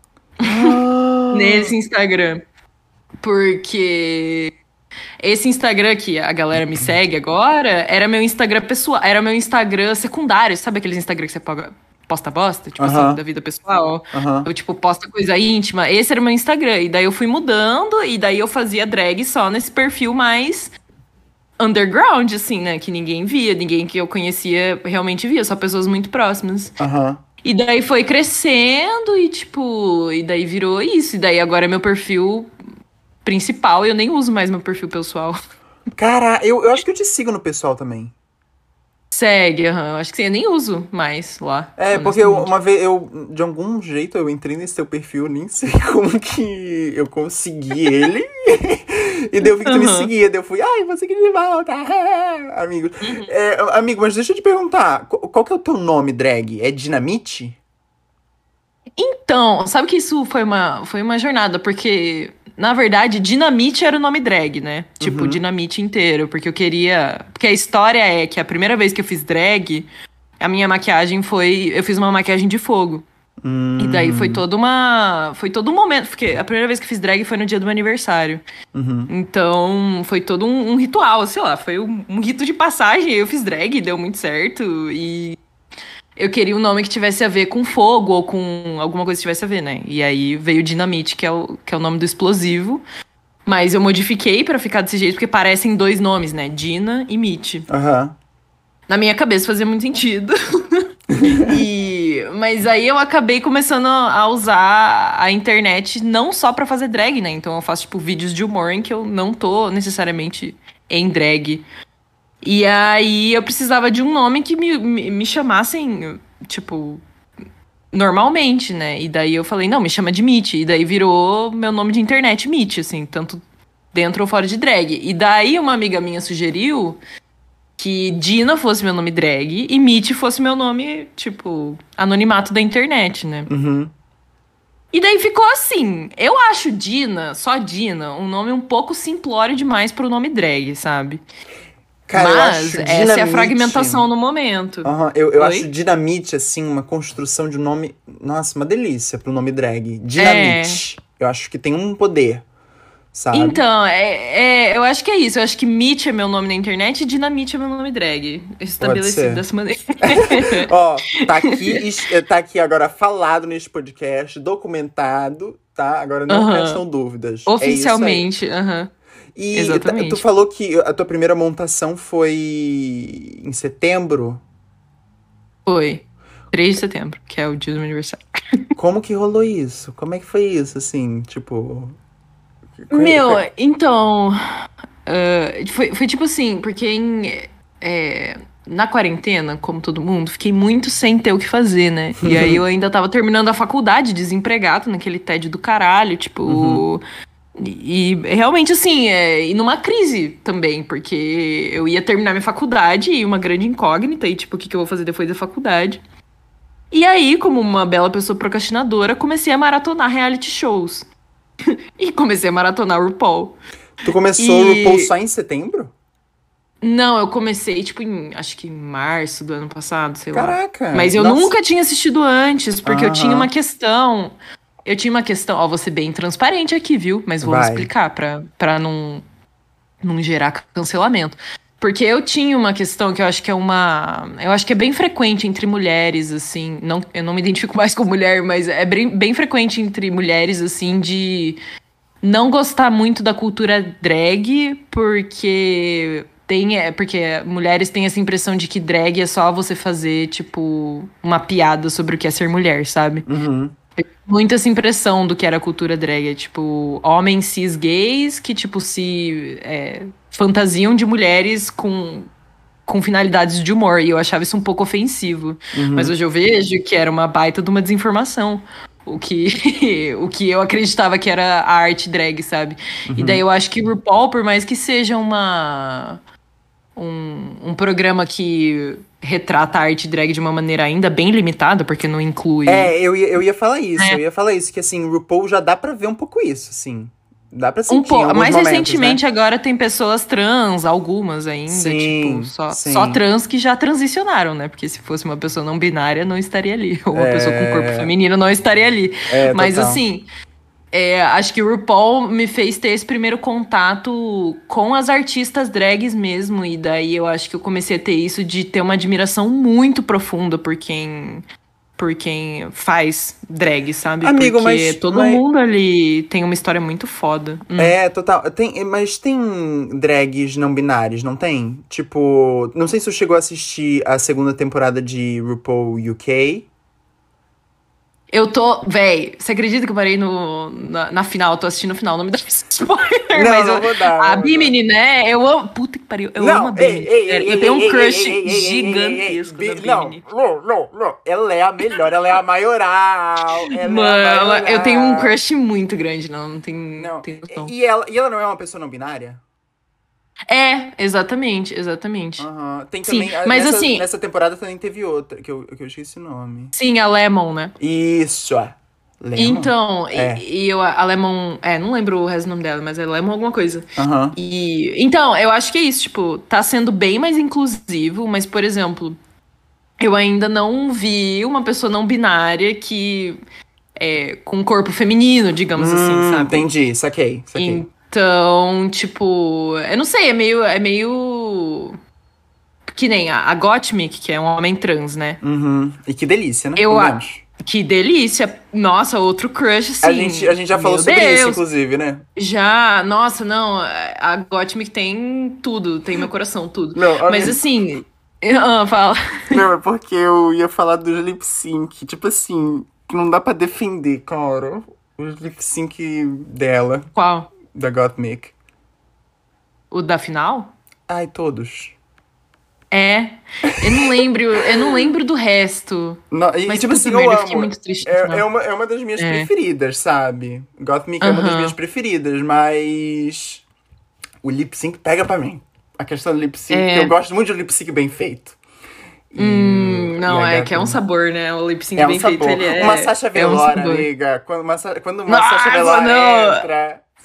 [SPEAKER 1] Ah,
[SPEAKER 2] Nesse Instagram. Porque esse Instagram que a galera me segue agora era meu Instagram pessoal, era meu Instagram secundário, sabe aqueles Instagram que você poga- posta bosta, tipo assim,
[SPEAKER 1] Aham,
[SPEAKER 2] da vida pessoal?
[SPEAKER 1] aham.
[SPEAKER 2] Eu, tipo, posta coisa íntima. Esse era meu Instagram. E daí eu fui mudando, e daí eu fazia drag só nesse perfil mais underground, assim, né? Que ninguém via, ninguém que eu conhecia realmente via, só pessoas muito próximas.
[SPEAKER 1] Aham.
[SPEAKER 2] E daí foi crescendo e, tipo, e daí virou isso. E daí agora é meu perfil principal e eu nem uso mais meu perfil pessoal.
[SPEAKER 1] Cara, eu, eu acho que eu te sigo no pessoal também.
[SPEAKER 2] Segue, aham. Acho que sim, eu nem uso mais lá,
[SPEAKER 1] É, porque eu-
[SPEAKER 2] honestamente.
[SPEAKER 1] uma vez eu, de algum jeito, eu entrei nesse teu perfil, nem sei como que eu consegui ele. E daí eu vi que tu me
[SPEAKER 2] Aham.
[SPEAKER 1] seguia, daí eu fui, ai, vou seguir de volta. Amigo. É, amigo, mas deixa eu te perguntar, qual, qual que é o teu nome drag? É Dinamite?
[SPEAKER 2] Então, sabe que isso foi uma, foi uma jornada, porque, na verdade, Dinamite era o nome drag, né? Tipo,
[SPEAKER 1] Uhum.
[SPEAKER 2] Dinamite inteiro, porque eu queria. Porque a história é que a primeira vez que eu fiz drag, a minha maquiagem foi. Eu fiz uma maquiagem de fogo. E daí foi
[SPEAKER 1] Hum,
[SPEAKER 2] toda uma. Foi todo um momento, porque a primeira vez que eu fiz drag foi no dia do meu aniversário.
[SPEAKER 1] uhum.
[SPEAKER 2] Então, foi todo um, um ritual, sei lá, foi um, um rito de passagem. Eu fiz drag, deu muito certo. E eu queria um nome que tivesse a ver com fogo ou com alguma coisa que tivesse a ver, né? E aí veio Dinamite, que é o, que é o nome do explosivo. Mas eu modifiquei pra ficar desse jeito, porque parecem dois nomes, né? Dina e Mitch.
[SPEAKER 1] Aham.
[SPEAKER 2] Na minha cabeça fazia muito sentido. E, mas aí eu acabei começando a usar a internet não só pra fazer drag, né? Então eu faço, tipo, vídeos de humor em que eu não tô necessariamente em drag. E aí eu precisava de um nome que me, me, me chamassem, tipo, normalmente, né? E daí eu falei, não, me chama de Mitch. E daí virou meu nome de internet, Mitch, assim, tanto dentro ou fora de drag. E daí uma amiga minha sugeriu que Dina fosse meu nome drag e Mitch fosse meu nome, tipo, anonimato da internet, né?
[SPEAKER 1] Uhum.
[SPEAKER 2] E daí ficou assim. Eu acho Dina, só Dina, um nome um pouco simplório demais pro nome drag, sabe?
[SPEAKER 1] Cara, eu
[SPEAKER 2] Mas
[SPEAKER 1] acho
[SPEAKER 2] essa é a
[SPEAKER 1] Dinamite.
[SPEAKER 2] fragmentação no momento.
[SPEAKER 1] Aham, eu, eu acho
[SPEAKER 2] Oi?
[SPEAKER 1] Dinamite, assim, uma construção de um nome. Nossa, uma delícia pro nome drag.
[SPEAKER 2] É.
[SPEAKER 1] Dinamite. Eu acho que tem um poder, sabe?
[SPEAKER 2] Então, é, é, eu acho que é isso. Eu acho que Mitch é meu nome na internet e Dinamite é meu nome drag.
[SPEAKER 1] Pode
[SPEAKER 2] Estabelecido
[SPEAKER 1] ser.
[SPEAKER 2] dessa maneira.
[SPEAKER 1] Ó, tá aqui, es- eh, tá aqui agora falado neste podcast, documentado, tá? Agora não
[SPEAKER 2] Aham.
[SPEAKER 1] restam dúvidas. É isso aí.
[SPEAKER 2] Oficialmente, aham.
[SPEAKER 1] E t- tu
[SPEAKER 2] Exatamente.
[SPEAKER 1] falou que a tua primeira montação foi em setembro.
[SPEAKER 2] Foi. três de setembro, que é o dia do meu aniversário.
[SPEAKER 1] Como que rolou isso? Como é que foi isso, assim, tipo... que-
[SPEAKER 2] Meu,
[SPEAKER 1] que-
[SPEAKER 2] então. ah, foi, foi tipo assim, porque em, é, na quarentena, como todo mundo, fiquei muito sem ter o que fazer, né? E aí eu ainda tava terminando a faculdade, desempregado, naquele tédio do caralho,
[SPEAKER 1] Uhum,
[SPEAKER 2] tipo. E, e realmente, assim, é, e numa crise também, porque eu ia terminar minha faculdade e uma grande incógnita, e tipo, o que, que eu vou fazer depois da faculdade? E aí, como uma bela pessoa procrastinadora, comecei a maratonar reality shows. E comecei a maratonar RuPaul.
[SPEAKER 1] tu começou o RuPaul
[SPEAKER 2] E
[SPEAKER 1] só em setembro?
[SPEAKER 2] não, eu comecei, tipo, em, acho que em março do ano passado, sei lá.
[SPEAKER 1] Caraca,
[SPEAKER 2] Mas eu
[SPEAKER 1] nossa.
[SPEAKER 2] nunca tinha assistido antes, porque eu tinha uma
[SPEAKER 1] Aham,
[SPEAKER 2] questão. Eu tinha uma questão, ó, vou ser bem transparente aqui, viu? Mas vou
[SPEAKER 1] vai.
[SPEAKER 2] explicar pra, pra não, não gerar cancelamento. Porque eu tinha uma questão que eu acho que é uma. Eu acho que é bem frequente entre mulheres, assim. Não, eu não me identifico mais com mulher, mas é bem, bem frequente entre mulheres, assim, de não gostar muito da cultura drag, porque tem, é, porque mulheres têm essa impressão de que drag é só você fazer, tipo, uma piada sobre o que é ser mulher, sabe?
[SPEAKER 1] Uhum.
[SPEAKER 2] Muito essa impressão do que era a cultura drag. É, tipo, homens cis gays que, tipo, se é, fantasiam de mulheres com, com finalidades de humor. E eu achava isso um pouco ofensivo.
[SPEAKER 1] Uhum.
[SPEAKER 2] Mas hoje eu vejo que era uma baita de uma desinformação. O que, o que eu acreditava que era a arte drag, sabe?
[SPEAKER 1] Uhum.
[SPEAKER 2] E daí eu acho que RuPaul, por mais que seja uma... Um, um programa que retrata a arte drag de uma maneira ainda bem limitada, porque não inclui...
[SPEAKER 1] É, eu ia, eu ia falar isso,
[SPEAKER 2] É.
[SPEAKER 1] eu ia falar isso, que assim, RuPaul já dá pra ver um pouco isso, assim. Dá pra sentir
[SPEAKER 2] Um pouco.
[SPEAKER 1] em alguns
[SPEAKER 2] Mais
[SPEAKER 1] momentos,
[SPEAKER 2] recentemente,
[SPEAKER 1] né?
[SPEAKER 2] agora tem pessoas trans, algumas ainda,
[SPEAKER 1] Sim,
[SPEAKER 2] tipo, só,
[SPEAKER 1] sim.
[SPEAKER 2] só trans que já transicionaram, né? Porque se fosse uma pessoa não binária, não estaria ali. Ou uma
[SPEAKER 1] É.
[SPEAKER 2] pessoa com corpo feminino não estaria ali.
[SPEAKER 1] É,
[SPEAKER 2] Mas
[SPEAKER 1] total.
[SPEAKER 2] assim, é, acho que o RuPaul me fez ter esse primeiro contato com as artistas drags mesmo. E daí eu acho que eu comecei a ter isso de ter uma admiração muito profunda por quem, por quem faz drag, sabe?
[SPEAKER 1] Amigo,
[SPEAKER 2] Porque
[SPEAKER 1] mas-
[SPEAKER 2] todo
[SPEAKER 1] mas-
[SPEAKER 2] mundo ali tem uma história muito foda. Hum.
[SPEAKER 1] É, total. Tem, mas tem drags não binários, não tem? Tipo, não sei se você chegou a assistir a segunda temporada de RuPaul U K.
[SPEAKER 2] Eu tô. Véi, você acredita que eu parei no, na, na final? Tô assistindo a final, não me dá spoiler.
[SPEAKER 1] Não,
[SPEAKER 2] mas
[SPEAKER 1] não
[SPEAKER 2] eu-
[SPEAKER 1] vou dar,
[SPEAKER 2] A
[SPEAKER 1] não vou
[SPEAKER 2] Bimini, né? Eu amo. Puta que pariu. Eu amo a Bimini. sério. Eu tenho um crush gigantesco
[SPEAKER 1] Bi-
[SPEAKER 2] da
[SPEAKER 1] Não,
[SPEAKER 2] Bimini.
[SPEAKER 1] não, não, não. Ela é a melhor, ela é a maioral. Ela
[SPEAKER 2] Mano,
[SPEAKER 1] é a maioral.
[SPEAKER 2] eu tenho um crush muito grande, não, não tem,
[SPEAKER 1] Não.
[SPEAKER 2] tem noção.
[SPEAKER 1] E ela, e ela não é uma pessoa não binária?
[SPEAKER 2] É, exatamente, exatamente.
[SPEAKER 1] Aham. Tem
[SPEAKER 2] Sim,
[SPEAKER 1] também. a-
[SPEAKER 2] mas
[SPEAKER 1] nessa,
[SPEAKER 2] assim-
[SPEAKER 1] Nessa temporada também teve outra, que eu, que eu esqueci o nome.
[SPEAKER 2] Sim, a Lemon, né?
[SPEAKER 1] Isso, ó. Lembra?
[SPEAKER 2] Então,
[SPEAKER 1] É.
[SPEAKER 2] e, e eu, a Lemon. É, não lembro o resto do nome dela, mas é Lemon alguma coisa.
[SPEAKER 1] Aham.
[SPEAKER 2] E então, eu acho que é isso, tipo, tá sendo bem mais inclusivo, mas, por exemplo, eu ainda não vi uma pessoa não binária que é com corpo feminino, digamos assim,
[SPEAKER 1] Hum,
[SPEAKER 2] sabe?
[SPEAKER 1] Entendi, saquei, saquei.
[SPEAKER 2] Então, tipo, eu não sei, é meio é meio que nem a, a Gottmik, que é um homem trans, né?
[SPEAKER 1] Uhum. E que delícia, né?
[SPEAKER 2] Eu a-
[SPEAKER 1] Convenhamos.
[SPEAKER 2] Que delícia. Nossa, outro crush, assim.
[SPEAKER 1] A gente, a gente já falou
[SPEAKER 2] Meu
[SPEAKER 1] sobre isso,
[SPEAKER 2] Deus.
[SPEAKER 1] inclusive, né?
[SPEAKER 2] Já, nossa, não, a Gottmik tem tudo, tem meu coração, tudo.
[SPEAKER 1] Não, a
[SPEAKER 2] Mas
[SPEAKER 1] minha-
[SPEAKER 2] assim, ah, fala.
[SPEAKER 1] Não, é porque eu ia falar dos lip sync. Tipo assim, que não dá pra defender, cara. Os lip sync dela,
[SPEAKER 2] Qual?
[SPEAKER 1] da Gottmik.
[SPEAKER 2] O da final?
[SPEAKER 1] Ai, todos.
[SPEAKER 2] É, eu não lembro, eu não lembro do resto.
[SPEAKER 1] Não, e,
[SPEAKER 2] Mas
[SPEAKER 1] tipo
[SPEAKER 2] puta
[SPEAKER 1] assim,
[SPEAKER 2] merda,
[SPEAKER 1] eu
[SPEAKER 2] eu
[SPEAKER 1] amo.
[SPEAKER 2] fiquei muito triste no
[SPEAKER 1] É,
[SPEAKER 2] final.
[SPEAKER 1] é, uma, é uma das minhas
[SPEAKER 2] É.
[SPEAKER 1] preferidas, sabe? Gotham é uma das
[SPEAKER 2] Aham.
[SPEAKER 1] minhas preferidas, mas o lip sync pega pra mim. A questão do lip sync,
[SPEAKER 2] É.
[SPEAKER 1] que eu gosto muito de um lip sync bem feito. E-
[SPEAKER 2] Hum, não,
[SPEAKER 1] e a
[SPEAKER 2] é que é um
[SPEAKER 1] Gotham-
[SPEAKER 2] sabor, né? O lip sync
[SPEAKER 1] É um
[SPEAKER 2] bem
[SPEAKER 1] sabor.
[SPEAKER 2] feito, ele é.
[SPEAKER 1] Uma Sasha
[SPEAKER 2] é um
[SPEAKER 1] Velour,
[SPEAKER 2] sabor.
[SPEAKER 1] amiga. Quando uma, Sa- quando uma
[SPEAKER 2] Nossa,
[SPEAKER 1] Sasha Velour
[SPEAKER 2] não.
[SPEAKER 1] entra. sabe?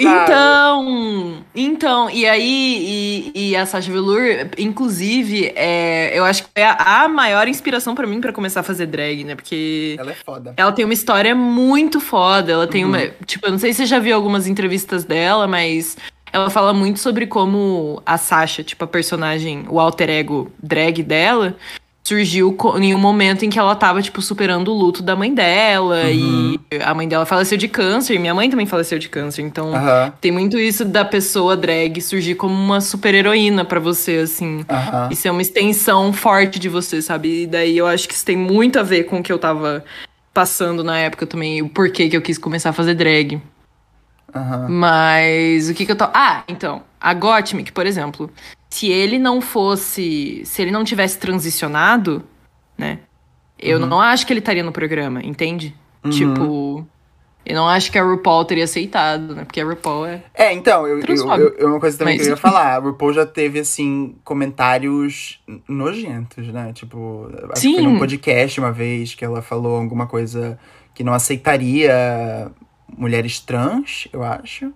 [SPEAKER 2] Então, então, e aí, e, e a Sasha Velour, inclusive, é, eu acho que foi a, a maior inspiração pra mim pra começar a fazer drag, né? Porque
[SPEAKER 1] Ela é foda.
[SPEAKER 2] ela tem uma história muito foda. Ela tem
[SPEAKER 1] Uhum.
[SPEAKER 2] uma. Tipo, eu não sei se você já viu algumas entrevistas dela, mas ela fala muito sobre como a Sasha, tipo, a personagem, o alter ego drag dela, surgiu co- em um momento em que ela tava, tipo, superando o luto da mãe dela.
[SPEAKER 1] Uhum.
[SPEAKER 2] E a mãe dela faleceu de câncer, e minha mãe também faleceu de câncer. Então,
[SPEAKER 1] Aham,
[SPEAKER 2] tem muito isso da pessoa drag surgir como uma super heroína pra você, assim.
[SPEAKER 1] aham.
[SPEAKER 2] Isso é uma extensão forte de você, sabe? E daí eu acho que isso tem muito a ver com o que eu tava passando na época também, e o porquê que eu quis começar a fazer drag.
[SPEAKER 1] Aham.
[SPEAKER 2] Mas o que que eu tô... Ah, então, a Gottmik, por exemplo, se ele não fosse... Se ele não tivesse transicionado, né? Eu
[SPEAKER 1] Uhum.
[SPEAKER 2] não acho que ele estaria no programa, entende? Tipo... Eu não acho que a RuPaul teria aceitado, né? Porque a RuPaul é...
[SPEAKER 1] É, então, eu, eu,
[SPEAKER 2] Transfóbico.
[SPEAKER 1] eu, eu- uma coisa também
[SPEAKER 2] Mas-
[SPEAKER 1] que eu ia falar, a RuPaul já teve, assim, comentários nojentos, né? Tipo, acho que
[SPEAKER 2] Sim.
[SPEAKER 1] foi num podcast uma vez que ela falou alguma coisa que não aceitaria mulheres trans, eu acho.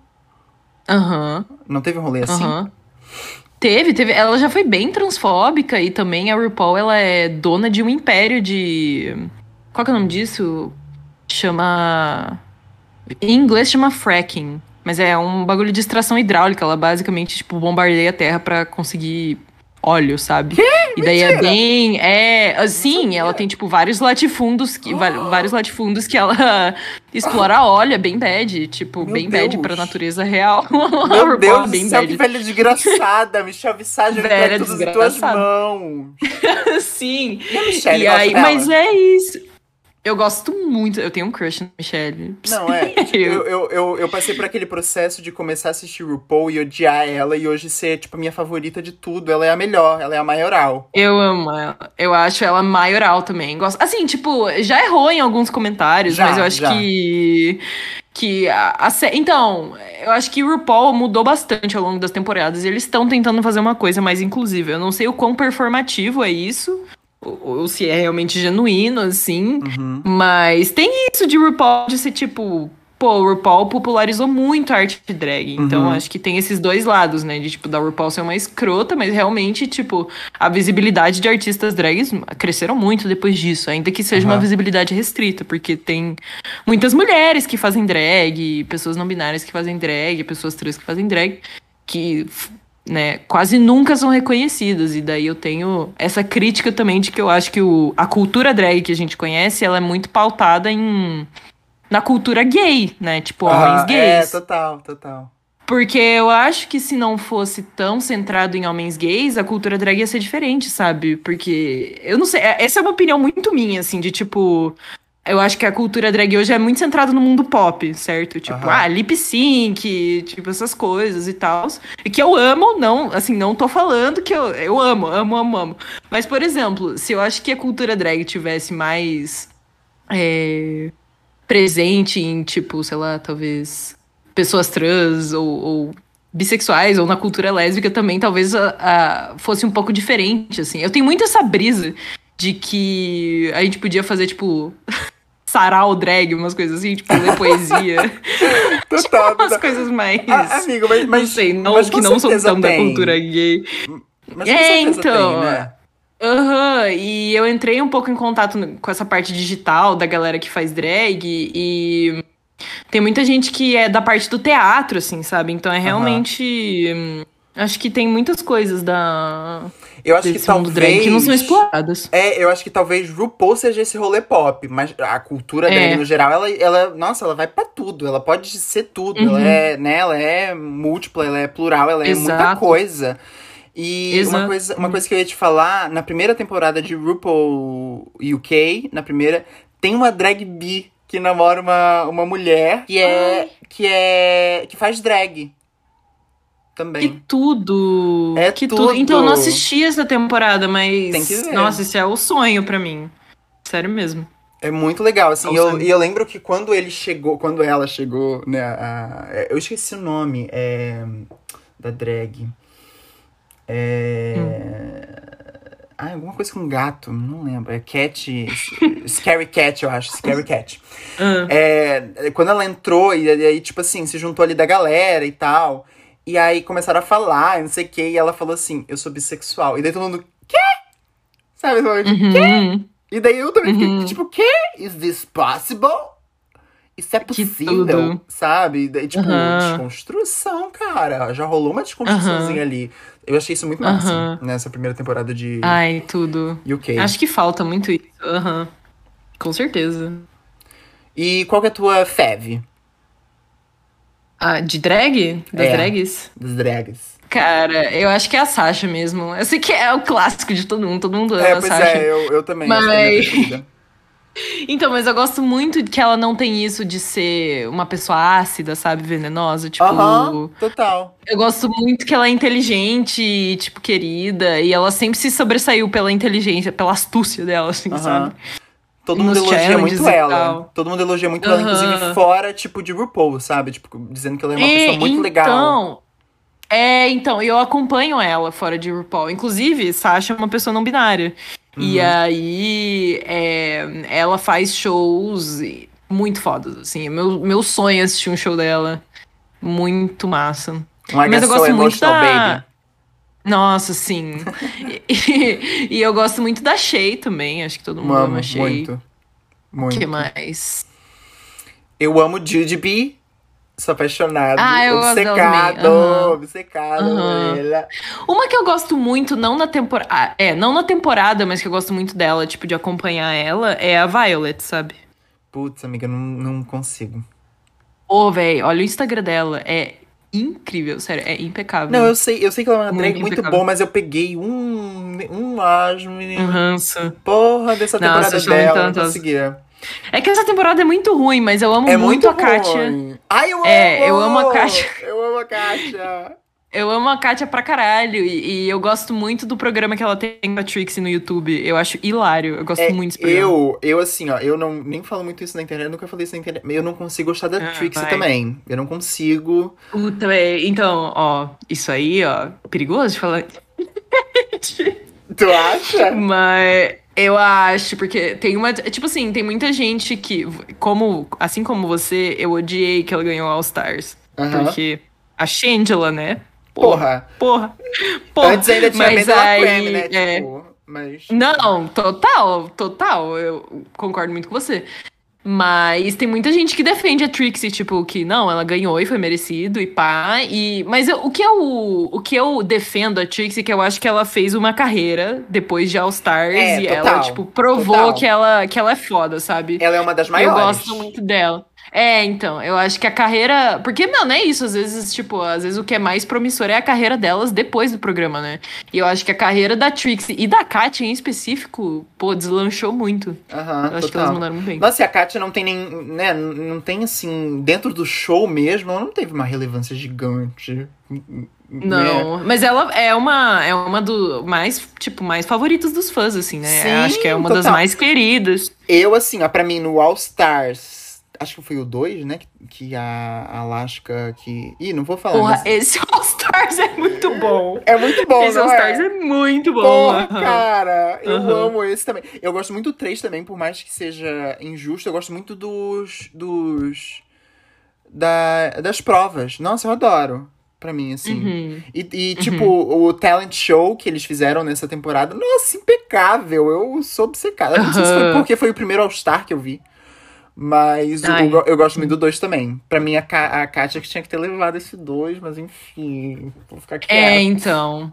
[SPEAKER 2] Aham.
[SPEAKER 1] Não teve um rolê assim?
[SPEAKER 2] Aham. Teve, teve. Ela já foi bem transfóbica e também a RuPaul, ela é dona de um império de... Qual que é o nome disso? Chama... Em inglês chama fracking. Mas é um bagulho de extração hidráulica. Ela basicamente, tipo, bombardeia a terra pra conseguir óleo, sabe?
[SPEAKER 1] Que?
[SPEAKER 2] E daí é
[SPEAKER 1] Mentira!
[SPEAKER 2] bem. É. Assim, ela tem, tipo, vários latifundos que. va- Vários latifúndios que ela explora óleo, é bem bad. Tipo,
[SPEAKER 1] Meu
[SPEAKER 2] bem bad pra
[SPEAKER 1] Deus.
[SPEAKER 2] natureza real. A
[SPEAKER 1] Meu
[SPEAKER 2] RuPaul
[SPEAKER 1] Deus
[SPEAKER 2] é
[SPEAKER 1] do
[SPEAKER 2] bem
[SPEAKER 1] céu,
[SPEAKER 2] bad.
[SPEAKER 1] que velha desgraçada. Michelle Visage, eu
[SPEAKER 2] Velha
[SPEAKER 1] entrego tudo em tuas
[SPEAKER 2] desgraçada.
[SPEAKER 1] mãos.
[SPEAKER 2] Sim.
[SPEAKER 1] E a Michelle,
[SPEAKER 2] E
[SPEAKER 1] gosta
[SPEAKER 2] aí,
[SPEAKER 1] dela?
[SPEAKER 2] mas é isso. Eu gosto muito. Eu tenho um crush na Michelle.
[SPEAKER 1] Não, é. Tipo, eu, eu, eu, eu passei por aquele processo de começar a assistir RuPaul e odiar ela e hoje ser, tipo, a minha favorita de tudo. Ela é a melhor, ela é a maioral.
[SPEAKER 2] Eu amo ela. Eu acho ela maioral também. Gosto. Assim, tipo, já errou em alguns comentários,
[SPEAKER 1] Já,
[SPEAKER 2] mas eu acho
[SPEAKER 1] já.
[SPEAKER 2] que. Que a, a sé- Então, eu acho que RuPaul mudou bastante ao longo das temporadas. E eles estão tentando fazer uma coisa mais inclusiva. Eu não sei o quão performativo é isso. Ou, ou se é realmente genuíno, assim.
[SPEAKER 1] Uhum.
[SPEAKER 2] Mas tem isso de RuPaul de ser tipo. Pô, o RuPaul popularizou muito a arte de drag. Então,
[SPEAKER 1] Uhum.
[SPEAKER 2] acho que tem esses dois lados, né? De, tipo, da RuPaul ser uma escrota, mas realmente, tipo, a visibilidade de artistas drags cresceram muito depois disso. Ainda que seja uma
[SPEAKER 1] Aham.
[SPEAKER 2] visibilidade restrita, porque tem muitas mulheres que fazem drag, pessoas não binárias que fazem drag, pessoas trans que fazem drag, que, né, quase nunca são reconhecidas. E daí eu tenho essa crítica também de que eu acho que o, a cultura drag que a gente conhece, ela é muito pautada em... na cultura gay, né? Tipo, homens
[SPEAKER 1] Aham, é,
[SPEAKER 2] gays.
[SPEAKER 1] total, total.
[SPEAKER 2] Porque eu acho que se não fosse tão centrado em homens gays, a cultura drag ia ser diferente, sabe? Porque, eu não sei, é- essa é uma opinião muito minha, assim, de tipo... Eu acho que a cultura drag hoje é muito centrada no mundo pop, certo? Tipo,
[SPEAKER 1] Aham.
[SPEAKER 2] ah, lip sync, tipo, essas coisas e tal. E que eu amo, não, assim, não tô falando que eu... Eu amo, amo, amo, amo. Mas, por exemplo, se eu acho que a cultura drag tivesse mais... é, presente em, tipo, sei lá, talvez pessoas trans ou, ou bissexuais, ou na cultura lésbica também, talvez a, a- fosse um pouco diferente, assim. Eu tenho muito essa brisa de que a gente podia fazer, tipo, sarau drag, umas coisas assim, tipo, ler poesia. Tipo,
[SPEAKER 1] Total,
[SPEAKER 2] umas
[SPEAKER 1] total.
[SPEAKER 2] coisas mais...
[SPEAKER 1] Ah, amigo, mas,
[SPEAKER 2] Não
[SPEAKER 1] mas,
[SPEAKER 2] sei, não,
[SPEAKER 1] mas
[SPEAKER 2] que
[SPEAKER 1] com
[SPEAKER 2] não são
[SPEAKER 1] certeza
[SPEAKER 2] tão da
[SPEAKER 1] tem.
[SPEAKER 2] cultura gay.
[SPEAKER 1] Mas com
[SPEAKER 2] É,
[SPEAKER 1] certeza tem,
[SPEAKER 2] então...
[SPEAKER 1] né?
[SPEAKER 2] Aham, e eu entrei um pouco em contato no- com essa parte digital da galera que faz drag e tem muita gente que é da parte do teatro, assim, sabe? Então é
[SPEAKER 1] Aham.
[SPEAKER 2] realmente. hum, Acho que tem muitas coisas da
[SPEAKER 1] Eu acho que
[SPEAKER 2] desse mundo drag que não são
[SPEAKER 1] talvez.
[SPEAKER 2] exploradas.
[SPEAKER 1] É, eu acho que talvez RuPaul seja esse rolê pop, mas a cultura drag no
[SPEAKER 2] É.
[SPEAKER 1] geral, ela, ela, nossa, ela vai pra tudo, ela pode ser tudo, ela
[SPEAKER 2] Uhum.
[SPEAKER 1] é, né, ela é múltipla, ela é plural, ela é muita
[SPEAKER 2] Exato.
[SPEAKER 1] coisa. E uma
[SPEAKER 2] Exato.
[SPEAKER 1] coisa, uma coisa que eu ia te falar, na primeira temporada de RuPaul U K, na primeira, tem uma drag bi que namora uma, uma mulher que é, que é, que faz drag
[SPEAKER 2] Que
[SPEAKER 1] também.
[SPEAKER 2] tudo!
[SPEAKER 1] É
[SPEAKER 2] Que tudo! Então eu não
[SPEAKER 1] tudo.
[SPEAKER 2] assisti essa temporada,
[SPEAKER 1] Tem que
[SPEAKER 2] mas.
[SPEAKER 1] ver.
[SPEAKER 2] Nossa, isso é o sonho pra mim. Sério mesmo.
[SPEAKER 1] É muito legal, assim,
[SPEAKER 2] É o
[SPEAKER 1] eu,
[SPEAKER 2] sonho.
[SPEAKER 1] e eu lembro que quando ele chegou, quando ela chegou, né, a- é, eu esqueci o nome, é, da drag,
[SPEAKER 2] Hum.
[SPEAKER 1] é, ah, alguma coisa com gato, não lembro, é Cat, Scary Cat, eu acho, Scary Cat.
[SPEAKER 2] Ah.
[SPEAKER 1] É, quando ela entrou, e aí, tipo assim, se juntou ali da galera e tal, e aí começaram a falar, e não sei o que, e ela falou assim, eu sou bissexual, e daí todo mundo, quê? Sabe,
[SPEAKER 2] Uhum.
[SPEAKER 1] e daí eu também fiquei,
[SPEAKER 2] Uhum.
[SPEAKER 1] tipo, quê? Is this possible? Isso é
[SPEAKER 2] Que
[SPEAKER 1] possível,
[SPEAKER 2] tudo.
[SPEAKER 1] sabe? E daí, tipo,
[SPEAKER 2] Aham.
[SPEAKER 1] desconstrução, cara. Já rolou uma desconstruçãozinha
[SPEAKER 2] Aham.
[SPEAKER 1] ali. Eu achei isso muito massa,
[SPEAKER 2] Aham.
[SPEAKER 1] nessa primeira temporada de
[SPEAKER 2] Ai, tudo.
[SPEAKER 1] U K.
[SPEAKER 2] Acho que falta muito isso. Aham. Com certeza.
[SPEAKER 1] E qual que é a tua fave?
[SPEAKER 2] Ah, de drag? Das
[SPEAKER 1] É,
[SPEAKER 2] drags?
[SPEAKER 1] das drags.
[SPEAKER 2] Cara, eu acho que é a Sasha mesmo. Eu sei que é o clássico de todo mundo, todo mundo ama
[SPEAKER 1] É,
[SPEAKER 2] a
[SPEAKER 1] pois
[SPEAKER 2] Sasha.
[SPEAKER 1] é, eu, eu também, acho que é a minha
[SPEAKER 2] Mas.
[SPEAKER 1] preferida.
[SPEAKER 2] Então, mas eu gosto muito que ela não tem isso de ser uma pessoa ácida, sabe? Venenosa.
[SPEAKER 1] Aham,
[SPEAKER 2] Tipo.
[SPEAKER 1] total.
[SPEAKER 2] Eu gosto muito que ela é inteligente, e, tipo, querida. E ela sempre se sobressaiu pela inteligência, pela astúcia dela, assim, sabe?
[SPEAKER 1] Aham. Todo mundo
[SPEAKER 2] Nos
[SPEAKER 1] elogia
[SPEAKER 2] challenges
[SPEAKER 1] muito
[SPEAKER 2] e
[SPEAKER 1] ela.
[SPEAKER 2] tal.
[SPEAKER 1] Todo mundo elogia muito ela, inclusive
[SPEAKER 2] Aham.
[SPEAKER 1] fora, tipo, de RuPaul, sabe? Tipo, dizendo que ela é uma
[SPEAKER 2] É,
[SPEAKER 1] pessoa muito legal.
[SPEAKER 2] então. É, então, eu acompanho ela fora de RuPaul. Inclusive, Sasha é uma pessoa não binária. E
[SPEAKER 1] Uhum.
[SPEAKER 2] aí, é, ela faz shows muito fodas, assim. Meu, meu sonho é assistir um show dela. Muito massa.
[SPEAKER 1] Um I
[SPEAKER 2] Mas eu
[SPEAKER 1] Guess So
[SPEAKER 2] gosto muito
[SPEAKER 1] Emotional
[SPEAKER 2] da...
[SPEAKER 1] Baby.
[SPEAKER 2] Nossa, sim. E, e eu gosto muito da Shay também. Acho que todo mundo ama a
[SPEAKER 1] Amo,
[SPEAKER 2] Shay.
[SPEAKER 1] muito.
[SPEAKER 2] O que
[SPEAKER 1] Muito.
[SPEAKER 2] mais?
[SPEAKER 1] Eu amo Jujubee. Sou apaixonado,
[SPEAKER 2] Ah, eu gosto dela também.
[SPEAKER 1] obcecado,
[SPEAKER 2] Aham.
[SPEAKER 1] obcecado por
[SPEAKER 2] Aham.
[SPEAKER 1] ela.
[SPEAKER 2] Uma que eu gosto muito, não na temporada. É, não na temporada, mas que eu gosto muito dela, tipo, de acompanhar ela, é a Violet, sabe?
[SPEAKER 1] Putz, amiga, não, não consigo.
[SPEAKER 2] Ô, véi, olha o Instagram dela. É incrível, sério, é
[SPEAKER 1] Não,
[SPEAKER 2] impecável.
[SPEAKER 1] eu sei, eu sei que ela é uma drag
[SPEAKER 2] Muito
[SPEAKER 1] muito
[SPEAKER 2] impecável.
[SPEAKER 1] boa, mas eu peguei um, um asno,
[SPEAKER 2] Um
[SPEAKER 1] menino.
[SPEAKER 2] ranço.
[SPEAKER 1] Porra, dessa
[SPEAKER 2] Nossa, eu
[SPEAKER 1] temporada
[SPEAKER 2] sou muito
[SPEAKER 1] dela, não
[SPEAKER 2] talentosa.
[SPEAKER 1] conseguia.
[SPEAKER 2] É que essa temporada é muito ruim, mas eu amo
[SPEAKER 1] É
[SPEAKER 2] muito
[SPEAKER 1] muito
[SPEAKER 2] a Kátia.
[SPEAKER 1] ruim. Ai, eu
[SPEAKER 2] É, eu amo a Kátia.
[SPEAKER 1] amo! Eu amo a Kátia.
[SPEAKER 2] Eu amo a Kátia pra caralho. E, e eu gosto muito do programa que ela tem com a Trixie no YouTube. Eu acho hilário. Eu gosto
[SPEAKER 1] É,
[SPEAKER 2] muito desse programa.
[SPEAKER 1] eu, eu assim, ó, eu não nem falo muito isso na internet, eu nunca falei isso na internet, mas eu não consigo gostar da
[SPEAKER 2] Ah,
[SPEAKER 1] Trixie
[SPEAKER 2] vai.
[SPEAKER 1] também. Eu não consigo.
[SPEAKER 2] Puta, véi. Então, ó, isso aí, ó, perigoso de falar.
[SPEAKER 1] Tu acha?
[SPEAKER 2] Mas eu acho, porque tem uma. Tipo assim, tem muita gente que, como, assim como você, eu odiei que ela ganhou All Stars.
[SPEAKER 1] Aham.
[SPEAKER 2] Porque a Shangela, né? Porra,
[SPEAKER 1] Porra.
[SPEAKER 2] porra, porra.
[SPEAKER 1] Antes ainda tinha
[SPEAKER 2] Mas
[SPEAKER 1] medo da Grammy,
[SPEAKER 2] aí.
[SPEAKER 1] né?
[SPEAKER 2] É,
[SPEAKER 1] Tipo, mas.
[SPEAKER 2] não, total, total. Eu concordo muito com você. Mas tem muita gente que defende a Trixie, tipo, que não, ela ganhou e foi merecido e pá. E... Mas eu- o, que eu, o que eu defendo a Trixie é que eu acho que ela fez uma carreira depois de All Stars
[SPEAKER 1] É,
[SPEAKER 2] e ela,
[SPEAKER 1] total.
[SPEAKER 2] tipo, provou que
[SPEAKER 1] Total.
[SPEAKER 2] ela, que ela é foda, sabe?
[SPEAKER 1] Ela é uma das
[SPEAKER 2] E eu gosto
[SPEAKER 1] maiores.
[SPEAKER 2] muito dela. É, então, eu acho que a carreira. Porque, mano, é isso. Às vezes, tipo, às vezes o que é mais promissor é a carreira delas depois do programa, né? E eu acho que a carreira da Trixie e da Katia em específico, pô, deslanchou muito.
[SPEAKER 1] Aham,
[SPEAKER 2] Eu acho que elas
[SPEAKER 1] total.
[SPEAKER 2] mandaram muito bem.
[SPEAKER 1] Nossa, e a Kátia não tem nem, né, não tem assim, dentro do show mesmo, ela não teve uma relevância gigante, né?
[SPEAKER 2] Não, mas ela é uma é uma do mais, tipo, mais favoritas dos fãs, assim, né? Acho que é
[SPEAKER 1] Sim,
[SPEAKER 2] uma das
[SPEAKER 1] total.
[SPEAKER 2] mais queridas.
[SPEAKER 1] Eu, assim, ó, pra mim, no All Stars, acho que foi o dois, né, que, que a Alaska, que... Ih, não vou falar,
[SPEAKER 2] Porra,
[SPEAKER 1] mas
[SPEAKER 2] esse All Stars é muito bom.
[SPEAKER 1] é muito bom,
[SPEAKER 2] Esse All
[SPEAKER 1] não
[SPEAKER 2] Stars
[SPEAKER 1] é?
[SPEAKER 2] é muito bom.
[SPEAKER 1] Porra,
[SPEAKER 2] Aham,
[SPEAKER 1] cara, eu
[SPEAKER 2] aham.
[SPEAKER 1] amo esse também. Eu gosto muito do três também, por mais que seja injusto, eu gosto muito dos, dos, da, das provas. Nossa, eu adoro, pra mim, assim.
[SPEAKER 2] Uhum,
[SPEAKER 1] E, e, tipo,
[SPEAKER 2] uhum.
[SPEAKER 1] o talent show que eles fizeram nessa temporada, nossa, impecável. Eu sou obcecada. Eu não sei se foi
[SPEAKER 2] Aham.
[SPEAKER 1] porque foi o primeiro All-Star que eu vi, mas o, o-
[SPEAKER 2] Ai,
[SPEAKER 1] eu gosto muito do
[SPEAKER 2] sim.
[SPEAKER 1] dois também. Pra mim, a, Ka- a Kátia que tinha que ter levado esse dois, mas enfim, vou ficar
[SPEAKER 2] É,
[SPEAKER 1] quieto.
[SPEAKER 2] então.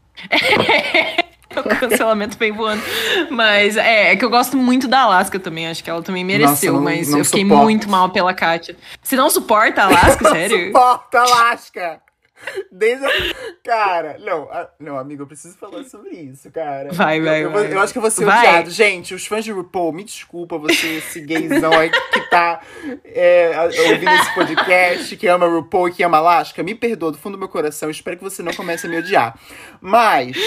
[SPEAKER 2] O cancelamento vem voando. Mas é, é que eu gosto muito da Alaska também. Acho que ela também
[SPEAKER 1] Nossa, eu
[SPEAKER 2] mereceu,
[SPEAKER 1] não,
[SPEAKER 2] mas
[SPEAKER 1] não
[SPEAKER 2] eu fiquei muito
[SPEAKER 1] suporto.
[SPEAKER 2] mal pela Kátia. Você não suporta a Alaska,
[SPEAKER 1] Não
[SPEAKER 2] sério?
[SPEAKER 1] suporto Alaska! Desde. Cara, não, a- não, amigo, eu preciso falar sobre isso, cara.
[SPEAKER 2] Vai,
[SPEAKER 1] Eu,
[SPEAKER 2] vai,
[SPEAKER 1] eu, vou- eu
[SPEAKER 2] vai.
[SPEAKER 1] acho que eu vou ser odiado.
[SPEAKER 2] Vai.
[SPEAKER 1] Gente, os fãs de RuPaul, me desculpa você, esse gaysão aí que tá é, a- ouvindo esse podcast, que ama RuPaul e que ama Alaska. Me perdoa do fundo do meu coração, espero que você não comece a me odiar. Mas.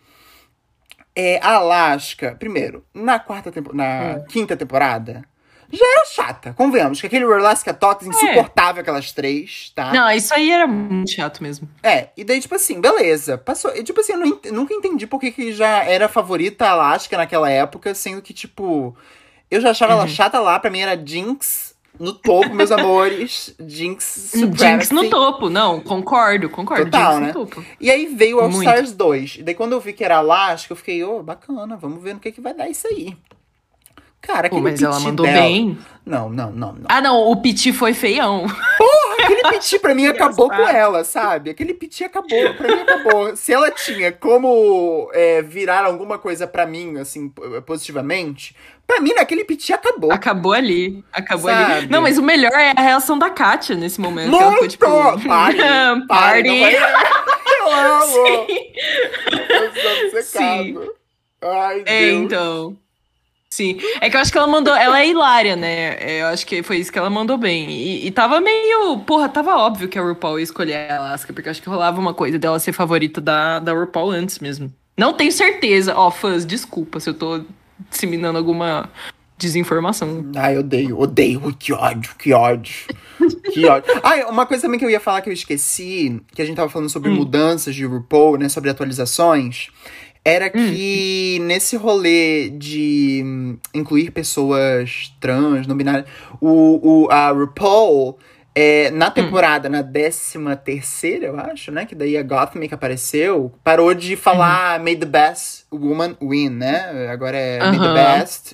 [SPEAKER 1] É, a Alaska, primeiro, na quarta tempo, na
[SPEAKER 2] Hum.
[SPEAKER 1] quinta temporada, já era chata. Convenhamos que aquele Alaska Talks
[SPEAKER 2] É.
[SPEAKER 1] insuportável, aquelas três, tá?
[SPEAKER 2] Não, isso aí era muito chato mesmo.
[SPEAKER 1] É, e daí, tipo assim, beleza. Passou. E, tipo assim, eu não ent- nunca entendi por que que já era a favorita a Alaska naquela época, sendo que, tipo, eu já achava ela
[SPEAKER 2] Uhum.
[SPEAKER 1] chata lá, pra mim era Jinx no topo, meus amores. Jinx
[SPEAKER 2] Jinx no
[SPEAKER 1] Supremacy.
[SPEAKER 2] topo. Não, concordo, concordo.
[SPEAKER 1] Total,
[SPEAKER 2] Jinx no
[SPEAKER 1] né?
[SPEAKER 2] topo.
[SPEAKER 1] E aí veio o All
[SPEAKER 2] Muito.
[SPEAKER 1] Stars dois. E daí quando eu vi que era Alaska, eu fiquei, ô, bacana, vamos ver no que que vai dar isso aí. Cara,
[SPEAKER 2] Pô,
[SPEAKER 1] aquele
[SPEAKER 2] mas ela
[SPEAKER 1] piti
[SPEAKER 2] mandou
[SPEAKER 1] dela.
[SPEAKER 2] bem.
[SPEAKER 1] Não, não, não, não.
[SPEAKER 2] Ah, não, o Piti foi feião.
[SPEAKER 1] Aquele piti pra mim acabou com
[SPEAKER 2] Engraçado.
[SPEAKER 1] ela, sabe? Aquele piti acabou, pra mim acabou. Se ela tinha como é, virar alguma coisa pra mim, assim, p- positivamente, pra mim naquele piti acabou,
[SPEAKER 2] Acabou ali. Acabou ali. Não,
[SPEAKER 1] sabe?
[SPEAKER 2] mas o melhor é a reação da Kátia nesse momento. Que ela ficou
[SPEAKER 1] Muito!
[SPEAKER 2] tipo.
[SPEAKER 1] Pare, pare, não vai.
[SPEAKER 2] Party!
[SPEAKER 1] Eu amo!
[SPEAKER 2] Sim.
[SPEAKER 1] Eu sou
[SPEAKER 2] Sim.
[SPEAKER 1] obcecado. Ai,
[SPEAKER 2] É,
[SPEAKER 1] Deus.
[SPEAKER 2] então. Sim. É que eu acho que ela mandou. Ela é hilária, né? É, eu acho que foi isso que ela mandou bem. E, e tava meio. Porra, tava óbvio que a RuPaul ia escolher a Alaska, porque eu acho que rolava uma coisa dela ser favorita da, da RuPaul antes mesmo. Não tenho certeza. Ó, fãs, desculpa se eu tô disseminando alguma desinformação.
[SPEAKER 1] Ai, odeio, odeio, que ódio, que ódio. Que ódio. Ah, uma coisa também que eu ia falar que eu esqueci, que a gente tava falando sobre
[SPEAKER 2] Hum,
[SPEAKER 1] mudanças de RuPaul, né, sobre atualizações, era
[SPEAKER 2] hum,
[SPEAKER 1] que nesse rolê de hum, incluir pessoas trans, não binárias, o, o, a RuPaul, é, na
[SPEAKER 2] hum,
[SPEAKER 1] temporada, na décima terceira, eu acho, né, que daí a Gotham que apareceu, parou de
[SPEAKER 2] uhum.
[SPEAKER 1] falar May the Best Woman Win, né, agora é May the
[SPEAKER 2] Aham.
[SPEAKER 1] Best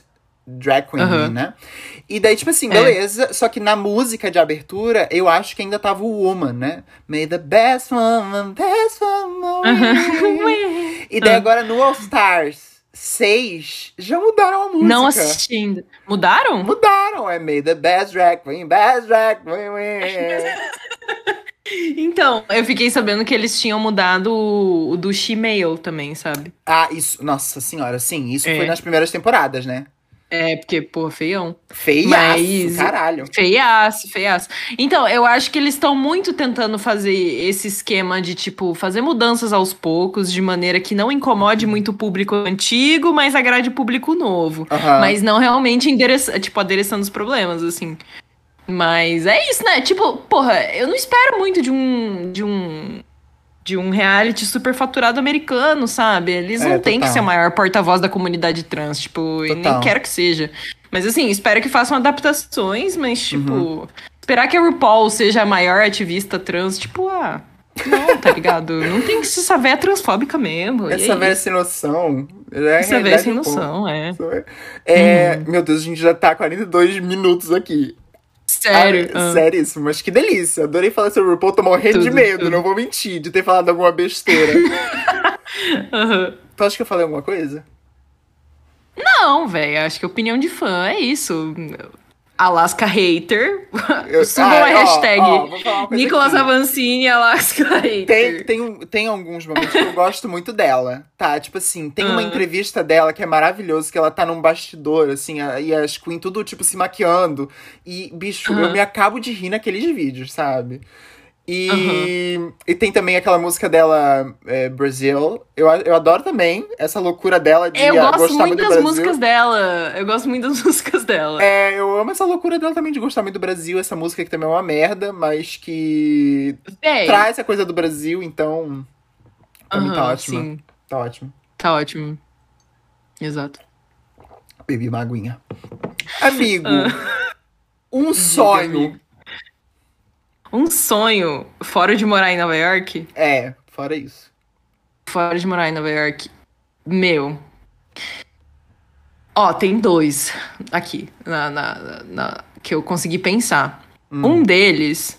[SPEAKER 1] drag queen,
[SPEAKER 2] Aham.
[SPEAKER 1] né? E daí, tipo assim,
[SPEAKER 2] É.
[SPEAKER 1] beleza. Só que na música de abertura, eu acho que ainda tava o Woman, né? May the best woman, best woman win. E daí
[SPEAKER 2] Ah.
[SPEAKER 1] agora no All Stars seis, já mudaram a música.
[SPEAKER 2] Não assistindo. Mudaram?
[SPEAKER 1] Mudaram, é May the best drag queen, best drag queen win.
[SPEAKER 2] Então, eu fiquei sabendo que eles tinham mudado o, o do She-Mail também, sabe?
[SPEAKER 1] Ah, isso, nossa senhora, sim, isso
[SPEAKER 2] É.
[SPEAKER 1] foi nas primeiras temporadas, né?
[SPEAKER 2] É, porque, pô, feião.
[SPEAKER 1] Feiaço,
[SPEAKER 2] Mas-
[SPEAKER 1] caralho.
[SPEAKER 2] Feiaço, feiaço. Então, eu acho que eles estão muito tentando fazer esse esquema de, tipo, fazer mudanças aos poucos, de maneira que não incomode muito o público antigo, mas agrade o público novo.
[SPEAKER 1] Aham.
[SPEAKER 2] Mas não realmente endereça, tipo, adereçando os problemas, assim. Mas é isso, né? Tipo, porra, eu não espero muito de um. De um. De um reality superfaturado americano, sabe? Eles
[SPEAKER 1] É,
[SPEAKER 2] não têm que
[SPEAKER 1] total.
[SPEAKER 2] ser o maior porta-voz da comunidade trans, tipo, e nem
[SPEAKER 1] Total.
[SPEAKER 2] quero que seja. Mas assim, espero que façam adaptações, mas, tipo,
[SPEAKER 1] Uhum.
[SPEAKER 2] esperar que a RuPaul seja a maior ativista trans, tipo, ah, não, tá ligado? Não tem que se saber é transfóbica mesmo. e
[SPEAKER 1] Essa
[SPEAKER 2] é
[SPEAKER 1] velha
[SPEAKER 2] isso.
[SPEAKER 1] sem noção. já é a
[SPEAKER 2] Essa velha
[SPEAKER 1] realidade
[SPEAKER 2] sem
[SPEAKER 1] do povo.
[SPEAKER 2] noção, é.
[SPEAKER 1] É, Meu Deus, a gente já tá quarenta e dois minutos aqui.
[SPEAKER 2] Sério.
[SPEAKER 1] Ah,
[SPEAKER 2] ah.
[SPEAKER 1] Seríssimo, mas que delícia. Adorei falar sobre o RuPaul, tô morrendo de
[SPEAKER 2] Tudo,
[SPEAKER 1] medo,
[SPEAKER 2] tudo.
[SPEAKER 1] não vou mentir, de ter falado alguma besteira.
[SPEAKER 2] Aham.
[SPEAKER 1] Tu acha que eu falei alguma coisa?
[SPEAKER 2] Não, velho, acho que opinião de fã é isso. Alaska Hater.
[SPEAKER 1] Eu-
[SPEAKER 2] Subam
[SPEAKER 1] Ah,
[SPEAKER 2] a
[SPEAKER 1] ó,
[SPEAKER 2] hashtag
[SPEAKER 1] ó, vou falar uma coisa
[SPEAKER 2] Nicolas
[SPEAKER 1] aqui.
[SPEAKER 2] Avancini Alaska Hater.
[SPEAKER 1] Tem, tem, um- tem alguns momentos que eu gosto muito dela, tá? Tipo assim, tem uma
[SPEAKER 2] Ah.
[SPEAKER 1] entrevista dela que é maravilhoso, que ela tá num bastidor, assim, a- e as Queen tudo, tipo, se maquiando. E, bicho, eu
[SPEAKER 2] Aham.
[SPEAKER 1] me acabo de rir naqueles vídeos, sabe? E, e tem também aquela música dela, é, Brazil. Eu, a- eu adoro também essa loucura dela de
[SPEAKER 2] Eu
[SPEAKER 1] ah,
[SPEAKER 2] gosto
[SPEAKER 1] gostar
[SPEAKER 2] muito
[SPEAKER 1] muito do
[SPEAKER 2] das
[SPEAKER 1] Brasil.
[SPEAKER 2] músicas dela. Eu gosto muito das músicas dela.
[SPEAKER 1] É, eu amo essa loucura dela também de gostar muito do Brasil. Essa música que também é uma merda, mas que
[SPEAKER 2] Véi,
[SPEAKER 1] traz a coisa do Brasil, então. Pra mim tá
[SPEAKER 2] aham,
[SPEAKER 1] ótimo.
[SPEAKER 2] Sim,
[SPEAKER 1] Tá ótimo.
[SPEAKER 2] tá ótimo. Exato.
[SPEAKER 1] Bebi uma aguinha. Amigo,
[SPEAKER 2] Ah.
[SPEAKER 1] um sonho.
[SPEAKER 2] amigo. Um sonho, fora de morar em Nova York,
[SPEAKER 1] É, fora isso.
[SPEAKER 2] fora de morar em Nova York, meu. Ó, tem dois aqui na, na- na- que eu consegui pensar.
[SPEAKER 1] Hum.
[SPEAKER 2] Um deles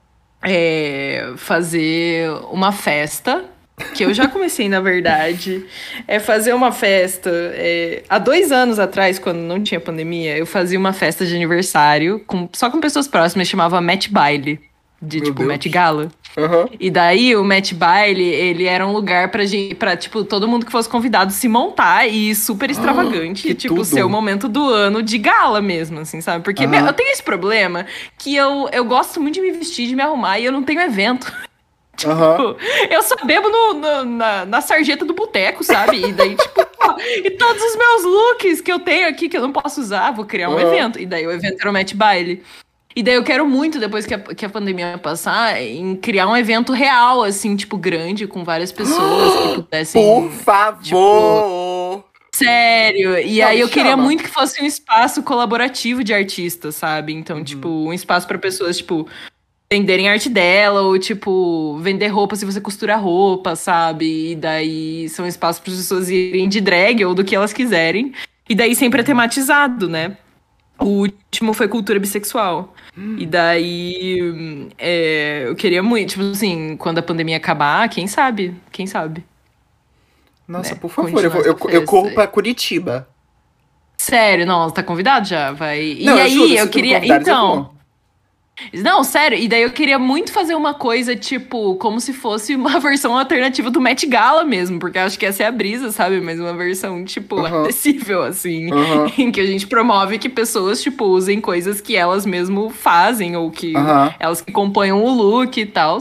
[SPEAKER 2] é fazer uma festa, que eu já comecei, na verdade. É fazer uma festa. é, há dois anos atrás, quando não tinha pandemia, eu fazia uma festa de aniversário com, só com pessoas próximas, chamava Met Baile. De,
[SPEAKER 1] Meu
[SPEAKER 2] tipo,
[SPEAKER 1] Deus.
[SPEAKER 2] Met Gala.
[SPEAKER 1] Aham.
[SPEAKER 2] E daí, o Met Baile, ele era um lugar pra gente, pra, tipo, todo mundo que fosse convidado se montar e super extravagante.
[SPEAKER 1] que
[SPEAKER 2] e, tipo,
[SPEAKER 1] tudo.
[SPEAKER 2] ser o momento do ano de gala mesmo, assim, sabe? Porque
[SPEAKER 1] Aham.
[SPEAKER 2] meu, eu tenho esse problema que eu, eu gosto muito de me vestir, de me arrumar e eu não tenho evento.
[SPEAKER 1] Aham.
[SPEAKER 2] Eu só bebo no, no- na, na sarjeta do boteco, sabe? E daí, tipo, pô, e todos os meus looks que eu tenho aqui que eu não posso usar, vou criar um
[SPEAKER 1] Aham.
[SPEAKER 2] evento. E daí o evento era o Met Baile. E daí eu quero muito, depois que a, que a pandemia passar, em criar um evento real, assim, tipo, grande, com várias pessoas que pudessem.
[SPEAKER 1] Por favor!
[SPEAKER 2] Sério. E
[SPEAKER 1] Não,
[SPEAKER 2] aí
[SPEAKER 1] me
[SPEAKER 2] eu queria
[SPEAKER 1] chama.
[SPEAKER 2] muito que fosse um espaço colaborativo de artistas, sabe? Então,
[SPEAKER 1] Uhum.
[SPEAKER 2] tipo, um espaço pra pessoas, tipo, venderem arte dela, ou, tipo, vender roupa se você costura roupa, sabe? E daí são espaços para as pessoas irem de drag ou do que elas quiserem. E daí sempre é tematizado, né? O último foi cultura bissexual. E daí hum, é, eu queria muito, tipo assim, quando a pandemia acabar, quem sabe? Quem sabe?
[SPEAKER 1] Nossa,
[SPEAKER 2] né,
[SPEAKER 1] por favor,
[SPEAKER 2] continuar
[SPEAKER 1] eu, vou, eu,
[SPEAKER 2] essa
[SPEAKER 1] eu
[SPEAKER 2] festa.
[SPEAKER 1] corro pra Curitiba.
[SPEAKER 2] Sério, não, tá convidado já? Vai.
[SPEAKER 1] Não,
[SPEAKER 2] e
[SPEAKER 1] eu
[SPEAKER 2] aí,
[SPEAKER 1] juro, se
[SPEAKER 2] eu
[SPEAKER 1] tu me
[SPEAKER 2] queria.
[SPEAKER 1] convidares, eu
[SPEAKER 2] Então.
[SPEAKER 1] vou.
[SPEAKER 2] Não, sério, e daí eu queria muito fazer uma coisa, tipo, como se fosse uma versão alternativa do Met Gala mesmo, porque eu acho que essa é a brisa, sabe? Mas uma versão, tipo,
[SPEAKER 1] Aham.
[SPEAKER 2] acessível, assim,
[SPEAKER 1] Aham.
[SPEAKER 2] em que a gente promove que pessoas, tipo, usem coisas que elas mesmo fazem, ou que
[SPEAKER 1] Aham.
[SPEAKER 2] elas que componham o look e tal.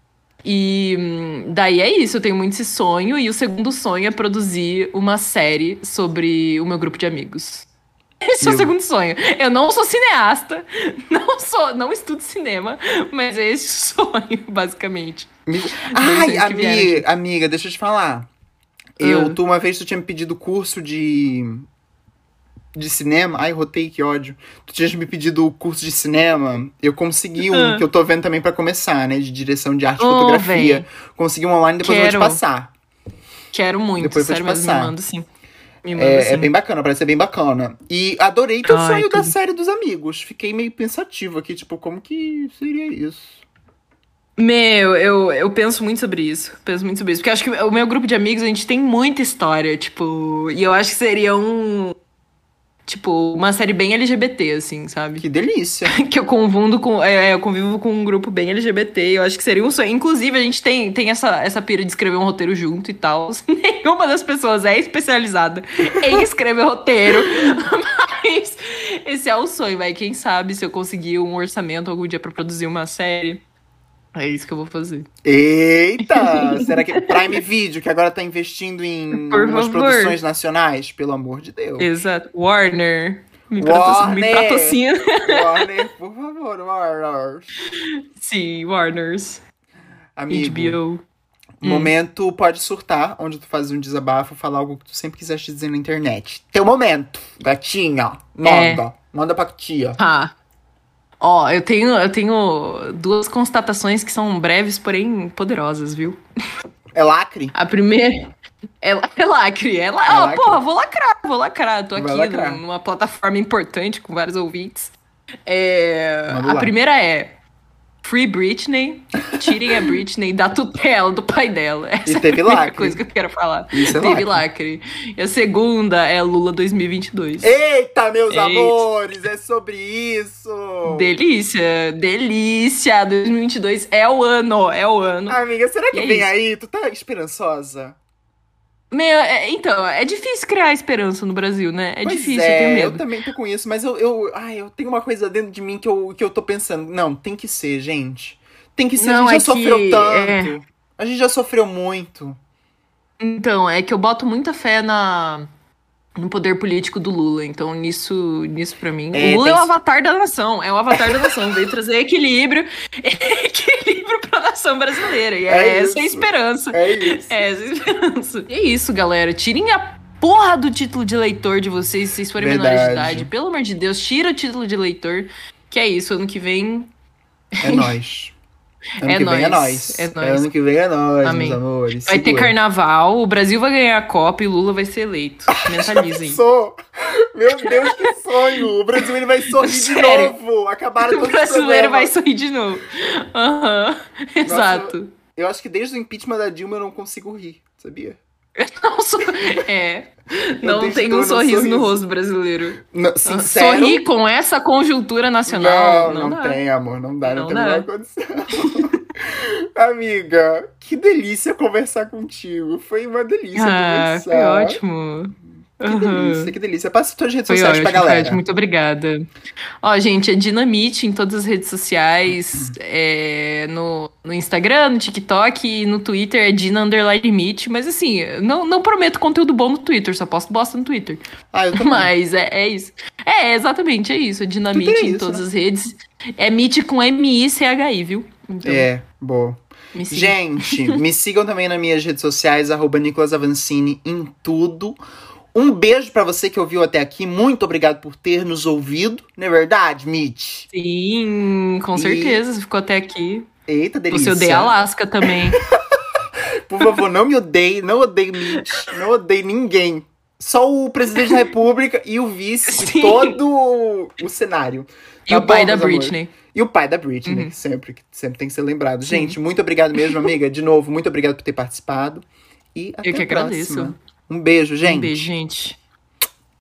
[SPEAKER 2] E hum, daí é isso, eu tenho muito esse sonho, e o segundo sonho é produzir uma série sobre o meu grupo de amigos. Esse é o
[SPEAKER 1] Meu-
[SPEAKER 2] segundo sonho. Eu não sou cineasta, não sou, não estudo cinema, mas é esse o sonho, basicamente.
[SPEAKER 1] Me-
[SPEAKER 2] sonhos
[SPEAKER 1] Ai,
[SPEAKER 2] que vieram
[SPEAKER 1] amiga, amiga, deixa eu te falar. Eu,
[SPEAKER 2] Ah.
[SPEAKER 1] tu uma vez tu tinha me pedido curso de de cinema. Ai, rotei, que ódio. Tu tinha me pedido o curso de cinema. Eu consegui um
[SPEAKER 2] Ah.
[SPEAKER 1] que eu tô vendo também pra começar, né, de direção de arte e
[SPEAKER 2] Oh,
[SPEAKER 1] fotografia.
[SPEAKER 2] véi.
[SPEAKER 1] Consegui um online, depois eu
[SPEAKER 2] Quero.
[SPEAKER 1] vou te passar.
[SPEAKER 2] Quero muito,
[SPEAKER 1] Depois eu vou
[SPEAKER 2] sério
[SPEAKER 1] te
[SPEAKER 2] mesmo, me
[SPEAKER 1] passar.
[SPEAKER 2] manda sim. Me manda
[SPEAKER 1] É,
[SPEAKER 2] sim.
[SPEAKER 1] é bem bacana, parece ser bem bacana. E adorei teu
[SPEAKER 2] Ai,
[SPEAKER 1] sonho da
[SPEAKER 2] tudo.
[SPEAKER 1] série dos amigos. Fiquei meio pensativo aqui, tipo, como que seria isso?
[SPEAKER 2] Meu, eu, eu penso muito sobre isso. Penso muito sobre isso. Porque eu acho que o meu grupo de amigos, a gente tem muita história, tipo. E eu acho que seria um. Tipo, uma série bem L G B T, assim, sabe?
[SPEAKER 1] Que delícia.
[SPEAKER 2] Que eu convivo com. É, eu convivo com um grupo bem L G B T. Eu acho que seria um sonho. Inclusive, a gente tem, tem essa, essa pira de escrever um roteiro junto e tal. Nenhuma das pessoas é especializada em escrever roteiro. Mas esse é o sonho, vai. Quem sabe se eu conseguir um orçamento algum dia pra produzir uma série. É isso que eu vou fazer.
[SPEAKER 1] Eita! Será que Prime Video, que agora tá investindo em
[SPEAKER 2] Por
[SPEAKER 1] umas
[SPEAKER 2] favor.
[SPEAKER 1] produções nacionais? Pelo amor de Deus.
[SPEAKER 2] Exato. Warner. Me
[SPEAKER 1] Warner!
[SPEAKER 2] Me patrocina.
[SPEAKER 1] Warner, por favor, Warner.
[SPEAKER 2] Sim, Warners.
[SPEAKER 1] Amigo,
[SPEAKER 2] H B O.
[SPEAKER 1] momento pode surtar, onde tu faz um desabafo, falar algo que tu sempre quiseste dizer na internet. Teu momento, gatinha. Manda. Manda pra tia.
[SPEAKER 2] Ah. Ó, eu tenho, eu tenho duas constatações que são breves, porém poderosas, viu?
[SPEAKER 1] É lacre?
[SPEAKER 2] A primeira. É, é lacre, é, la...
[SPEAKER 1] É
[SPEAKER 2] Ó,
[SPEAKER 1] lacre?
[SPEAKER 2] porra, vou lacrar, vou lacrar. Tô
[SPEAKER 1] Vai
[SPEAKER 2] aqui
[SPEAKER 1] lacrar.
[SPEAKER 2] numa plataforma importante com vários ouvintes. É,
[SPEAKER 1] Manda
[SPEAKER 2] a
[SPEAKER 1] lá.
[SPEAKER 2] primeira é Free Britney, tirem a Britney da tutela do pai dela. Essa
[SPEAKER 1] E
[SPEAKER 2] é a
[SPEAKER 1] teve
[SPEAKER 2] primeira
[SPEAKER 1] lacre.
[SPEAKER 2] coisa que eu quero falar.
[SPEAKER 1] Isso é
[SPEAKER 2] Teve
[SPEAKER 1] lacre.
[SPEAKER 2] lacre. E a segunda é Lula dois mil e vinte e dois.
[SPEAKER 1] Eita, meus
[SPEAKER 2] Eita.
[SPEAKER 1] amores, é sobre isso.
[SPEAKER 2] Delícia, delícia. dois mil e vinte e dois é o ano, é o ano.
[SPEAKER 1] Amiga, será que
[SPEAKER 2] E é
[SPEAKER 1] vem
[SPEAKER 2] isso.
[SPEAKER 1] aí? Tu tá esperançosa?
[SPEAKER 2] Meu, é- então, é difícil criar esperança no Brasil, né? É
[SPEAKER 1] Pois
[SPEAKER 2] difícil,
[SPEAKER 1] é,
[SPEAKER 2] eu tenho
[SPEAKER 1] eu
[SPEAKER 2] medo.
[SPEAKER 1] também tô com isso, mas eu, eu, ai, eu tenho uma coisa dentro de mim que eu, que eu tô pensando. Não, tem que ser, gente. Tem que ser,
[SPEAKER 2] Não,
[SPEAKER 1] a gente já
[SPEAKER 2] é que-
[SPEAKER 1] sofreu tanto.
[SPEAKER 2] é.
[SPEAKER 1] A gente já sofreu muito.
[SPEAKER 2] Então, é que eu boto muita fé na, no poder político do Lula. Então, nisso, nisso pra mim.
[SPEAKER 1] É,
[SPEAKER 2] o Lula
[SPEAKER 1] tem-
[SPEAKER 2] é o avatar da nação. É o avatar da nação. Veio trazer equilíbrio, equilíbrio pra nação brasileira. E é,
[SPEAKER 1] É
[SPEAKER 2] essa a
[SPEAKER 1] isso.
[SPEAKER 2] esperança.
[SPEAKER 1] É isso.
[SPEAKER 2] É essa a esperança. E é isso, galera. Tirem a porra do título de eleitor de vocês, se vocês forem menores de
[SPEAKER 1] Verdade.
[SPEAKER 2] idade. Pelo amor de Deus, tira o título de eleitor. Que é isso, ano que vem.
[SPEAKER 1] É nóis. Ano
[SPEAKER 2] É
[SPEAKER 1] que vem é
[SPEAKER 2] nóis,
[SPEAKER 1] nóis.
[SPEAKER 2] é nóis.
[SPEAKER 1] Ano que vem é nóis,
[SPEAKER 2] Amém.
[SPEAKER 1] meus amores.
[SPEAKER 2] Vai ter
[SPEAKER 1] Segura.
[SPEAKER 2] carnaval, o Brasil vai ganhar a Copa e Lula vai ser eleito. Mentalizem.
[SPEAKER 1] Sou. Meu Deus, que sonho! O Brasil ele vai sorrir de
[SPEAKER 2] Sério.
[SPEAKER 1] novo! Acabaram
[SPEAKER 2] O
[SPEAKER 1] todos os
[SPEAKER 2] brasileiro vai
[SPEAKER 1] problemas.
[SPEAKER 2] sorrir de novo. Aham, exato.
[SPEAKER 1] Eu acho que desde o impeachment da Dilma eu não consigo rir, sabia?
[SPEAKER 2] Não sou- É. Não
[SPEAKER 1] deixo
[SPEAKER 2] tem
[SPEAKER 1] todo
[SPEAKER 2] um
[SPEAKER 1] o
[SPEAKER 2] sorriso,
[SPEAKER 1] sorriso.
[SPEAKER 2] no rosto brasileiro.
[SPEAKER 1] Não, sincero?
[SPEAKER 2] Sorrir com essa conjuntura nacional.
[SPEAKER 1] Não,
[SPEAKER 2] Não,
[SPEAKER 1] não,
[SPEAKER 2] dá.
[SPEAKER 1] tem, amor. Não dá, não,
[SPEAKER 2] Não
[SPEAKER 1] tem
[SPEAKER 2] dá.
[SPEAKER 1] a menor condição. Amiga, que delícia conversar contigo. Foi uma delícia
[SPEAKER 2] Ah,
[SPEAKER 1] conversar.
[SPEAKER 2] foi ótimo.
[SPEAKER 1] Que
[SPEAKER 2] Aham.
[SPEAKER 1] delícia, que delícia. Passa suas redes
[SPEAKER 2] Foi
[SPEAKER 1] sociais
[SPEAKER 2] ótimo,
[SPEAKER 1] pra
[SPEAKER 2] foi
[SPEAKER 1] galera.
[SPEAKER 2] ótimo. Muito obrigada. Ó, gente, é Dinamite em todas as redes sociais. É, no, no Instagram, no TikTok e no Twitter é Dina Underline Meet. Mas assim, não, não prometo conteúdo bom no Twitter, só posto bosta no Twitter.
[SPEAKER 1] Ah, eu também.
[SPEAKER 2] Mas é, é isso. É, exatamente, é isso. É Dinamite
[SPEAKER 1] Twitter é
[SPEAKER 2] em
[SPEAKER 1] isso,
[SPEAKER 2] todas
[SPEAKER 1] né?
[SPEAKER 2] as redes. É Meet com M I C H I, viu? Então,
[SPEAKER 1] É, boa.
[SPEAKER 2] me siga.
[SPEAKER 1] Gente, me sigam também nas minhas redes sociais, arroba Nicolas Avancini em tudo. Um beijo pra você que ouviu até aqui. Muito obrigado por ter nos ouvido. Não é verdade, Mitch?
[SPEAKER 2] Sim, com
[SPEAKER 1] E-
[SPEAKER 2] certeza. Você ficou até aqui.
[SPEAKER 1] Eita, delícia.
[SPEAKER 2] Você odeia Alasca também.
[SPEAKER 1] Por favor, não me odeie. Não odeie Mitch. Não odeie ninguém. Só o presidente da república e o vice
[SPEAKER 2] Sim.
[SPEAKER 1] e todo o- o cenário.
[SPEAKER 2] E
[SPEAKER 1] Tá
[SPEAKER 2] o pai
[SPEAKER 1] bom,
[SPEAKER 2] da
[SPEAKER 1] meus amores?
[SPEAKER 2] Britney.
[SPEAKER 1] E o pai da Britney,
[SPEAKER 2] Uhum.
[SPEAKER 1] que sempre, que sempre tem que ser lembrado. Gente, muito obrigado mesmo, amiga. De novo, muito obrigado por ter participado. E até
[SPEAKER 2] Eu que
[SPEAKER 1] a próxima.
[SPEAKER 2] agradeço.
[SPEAKER 1] Um beijo, gente.
[SPEAKER 2] Um beijo, gente.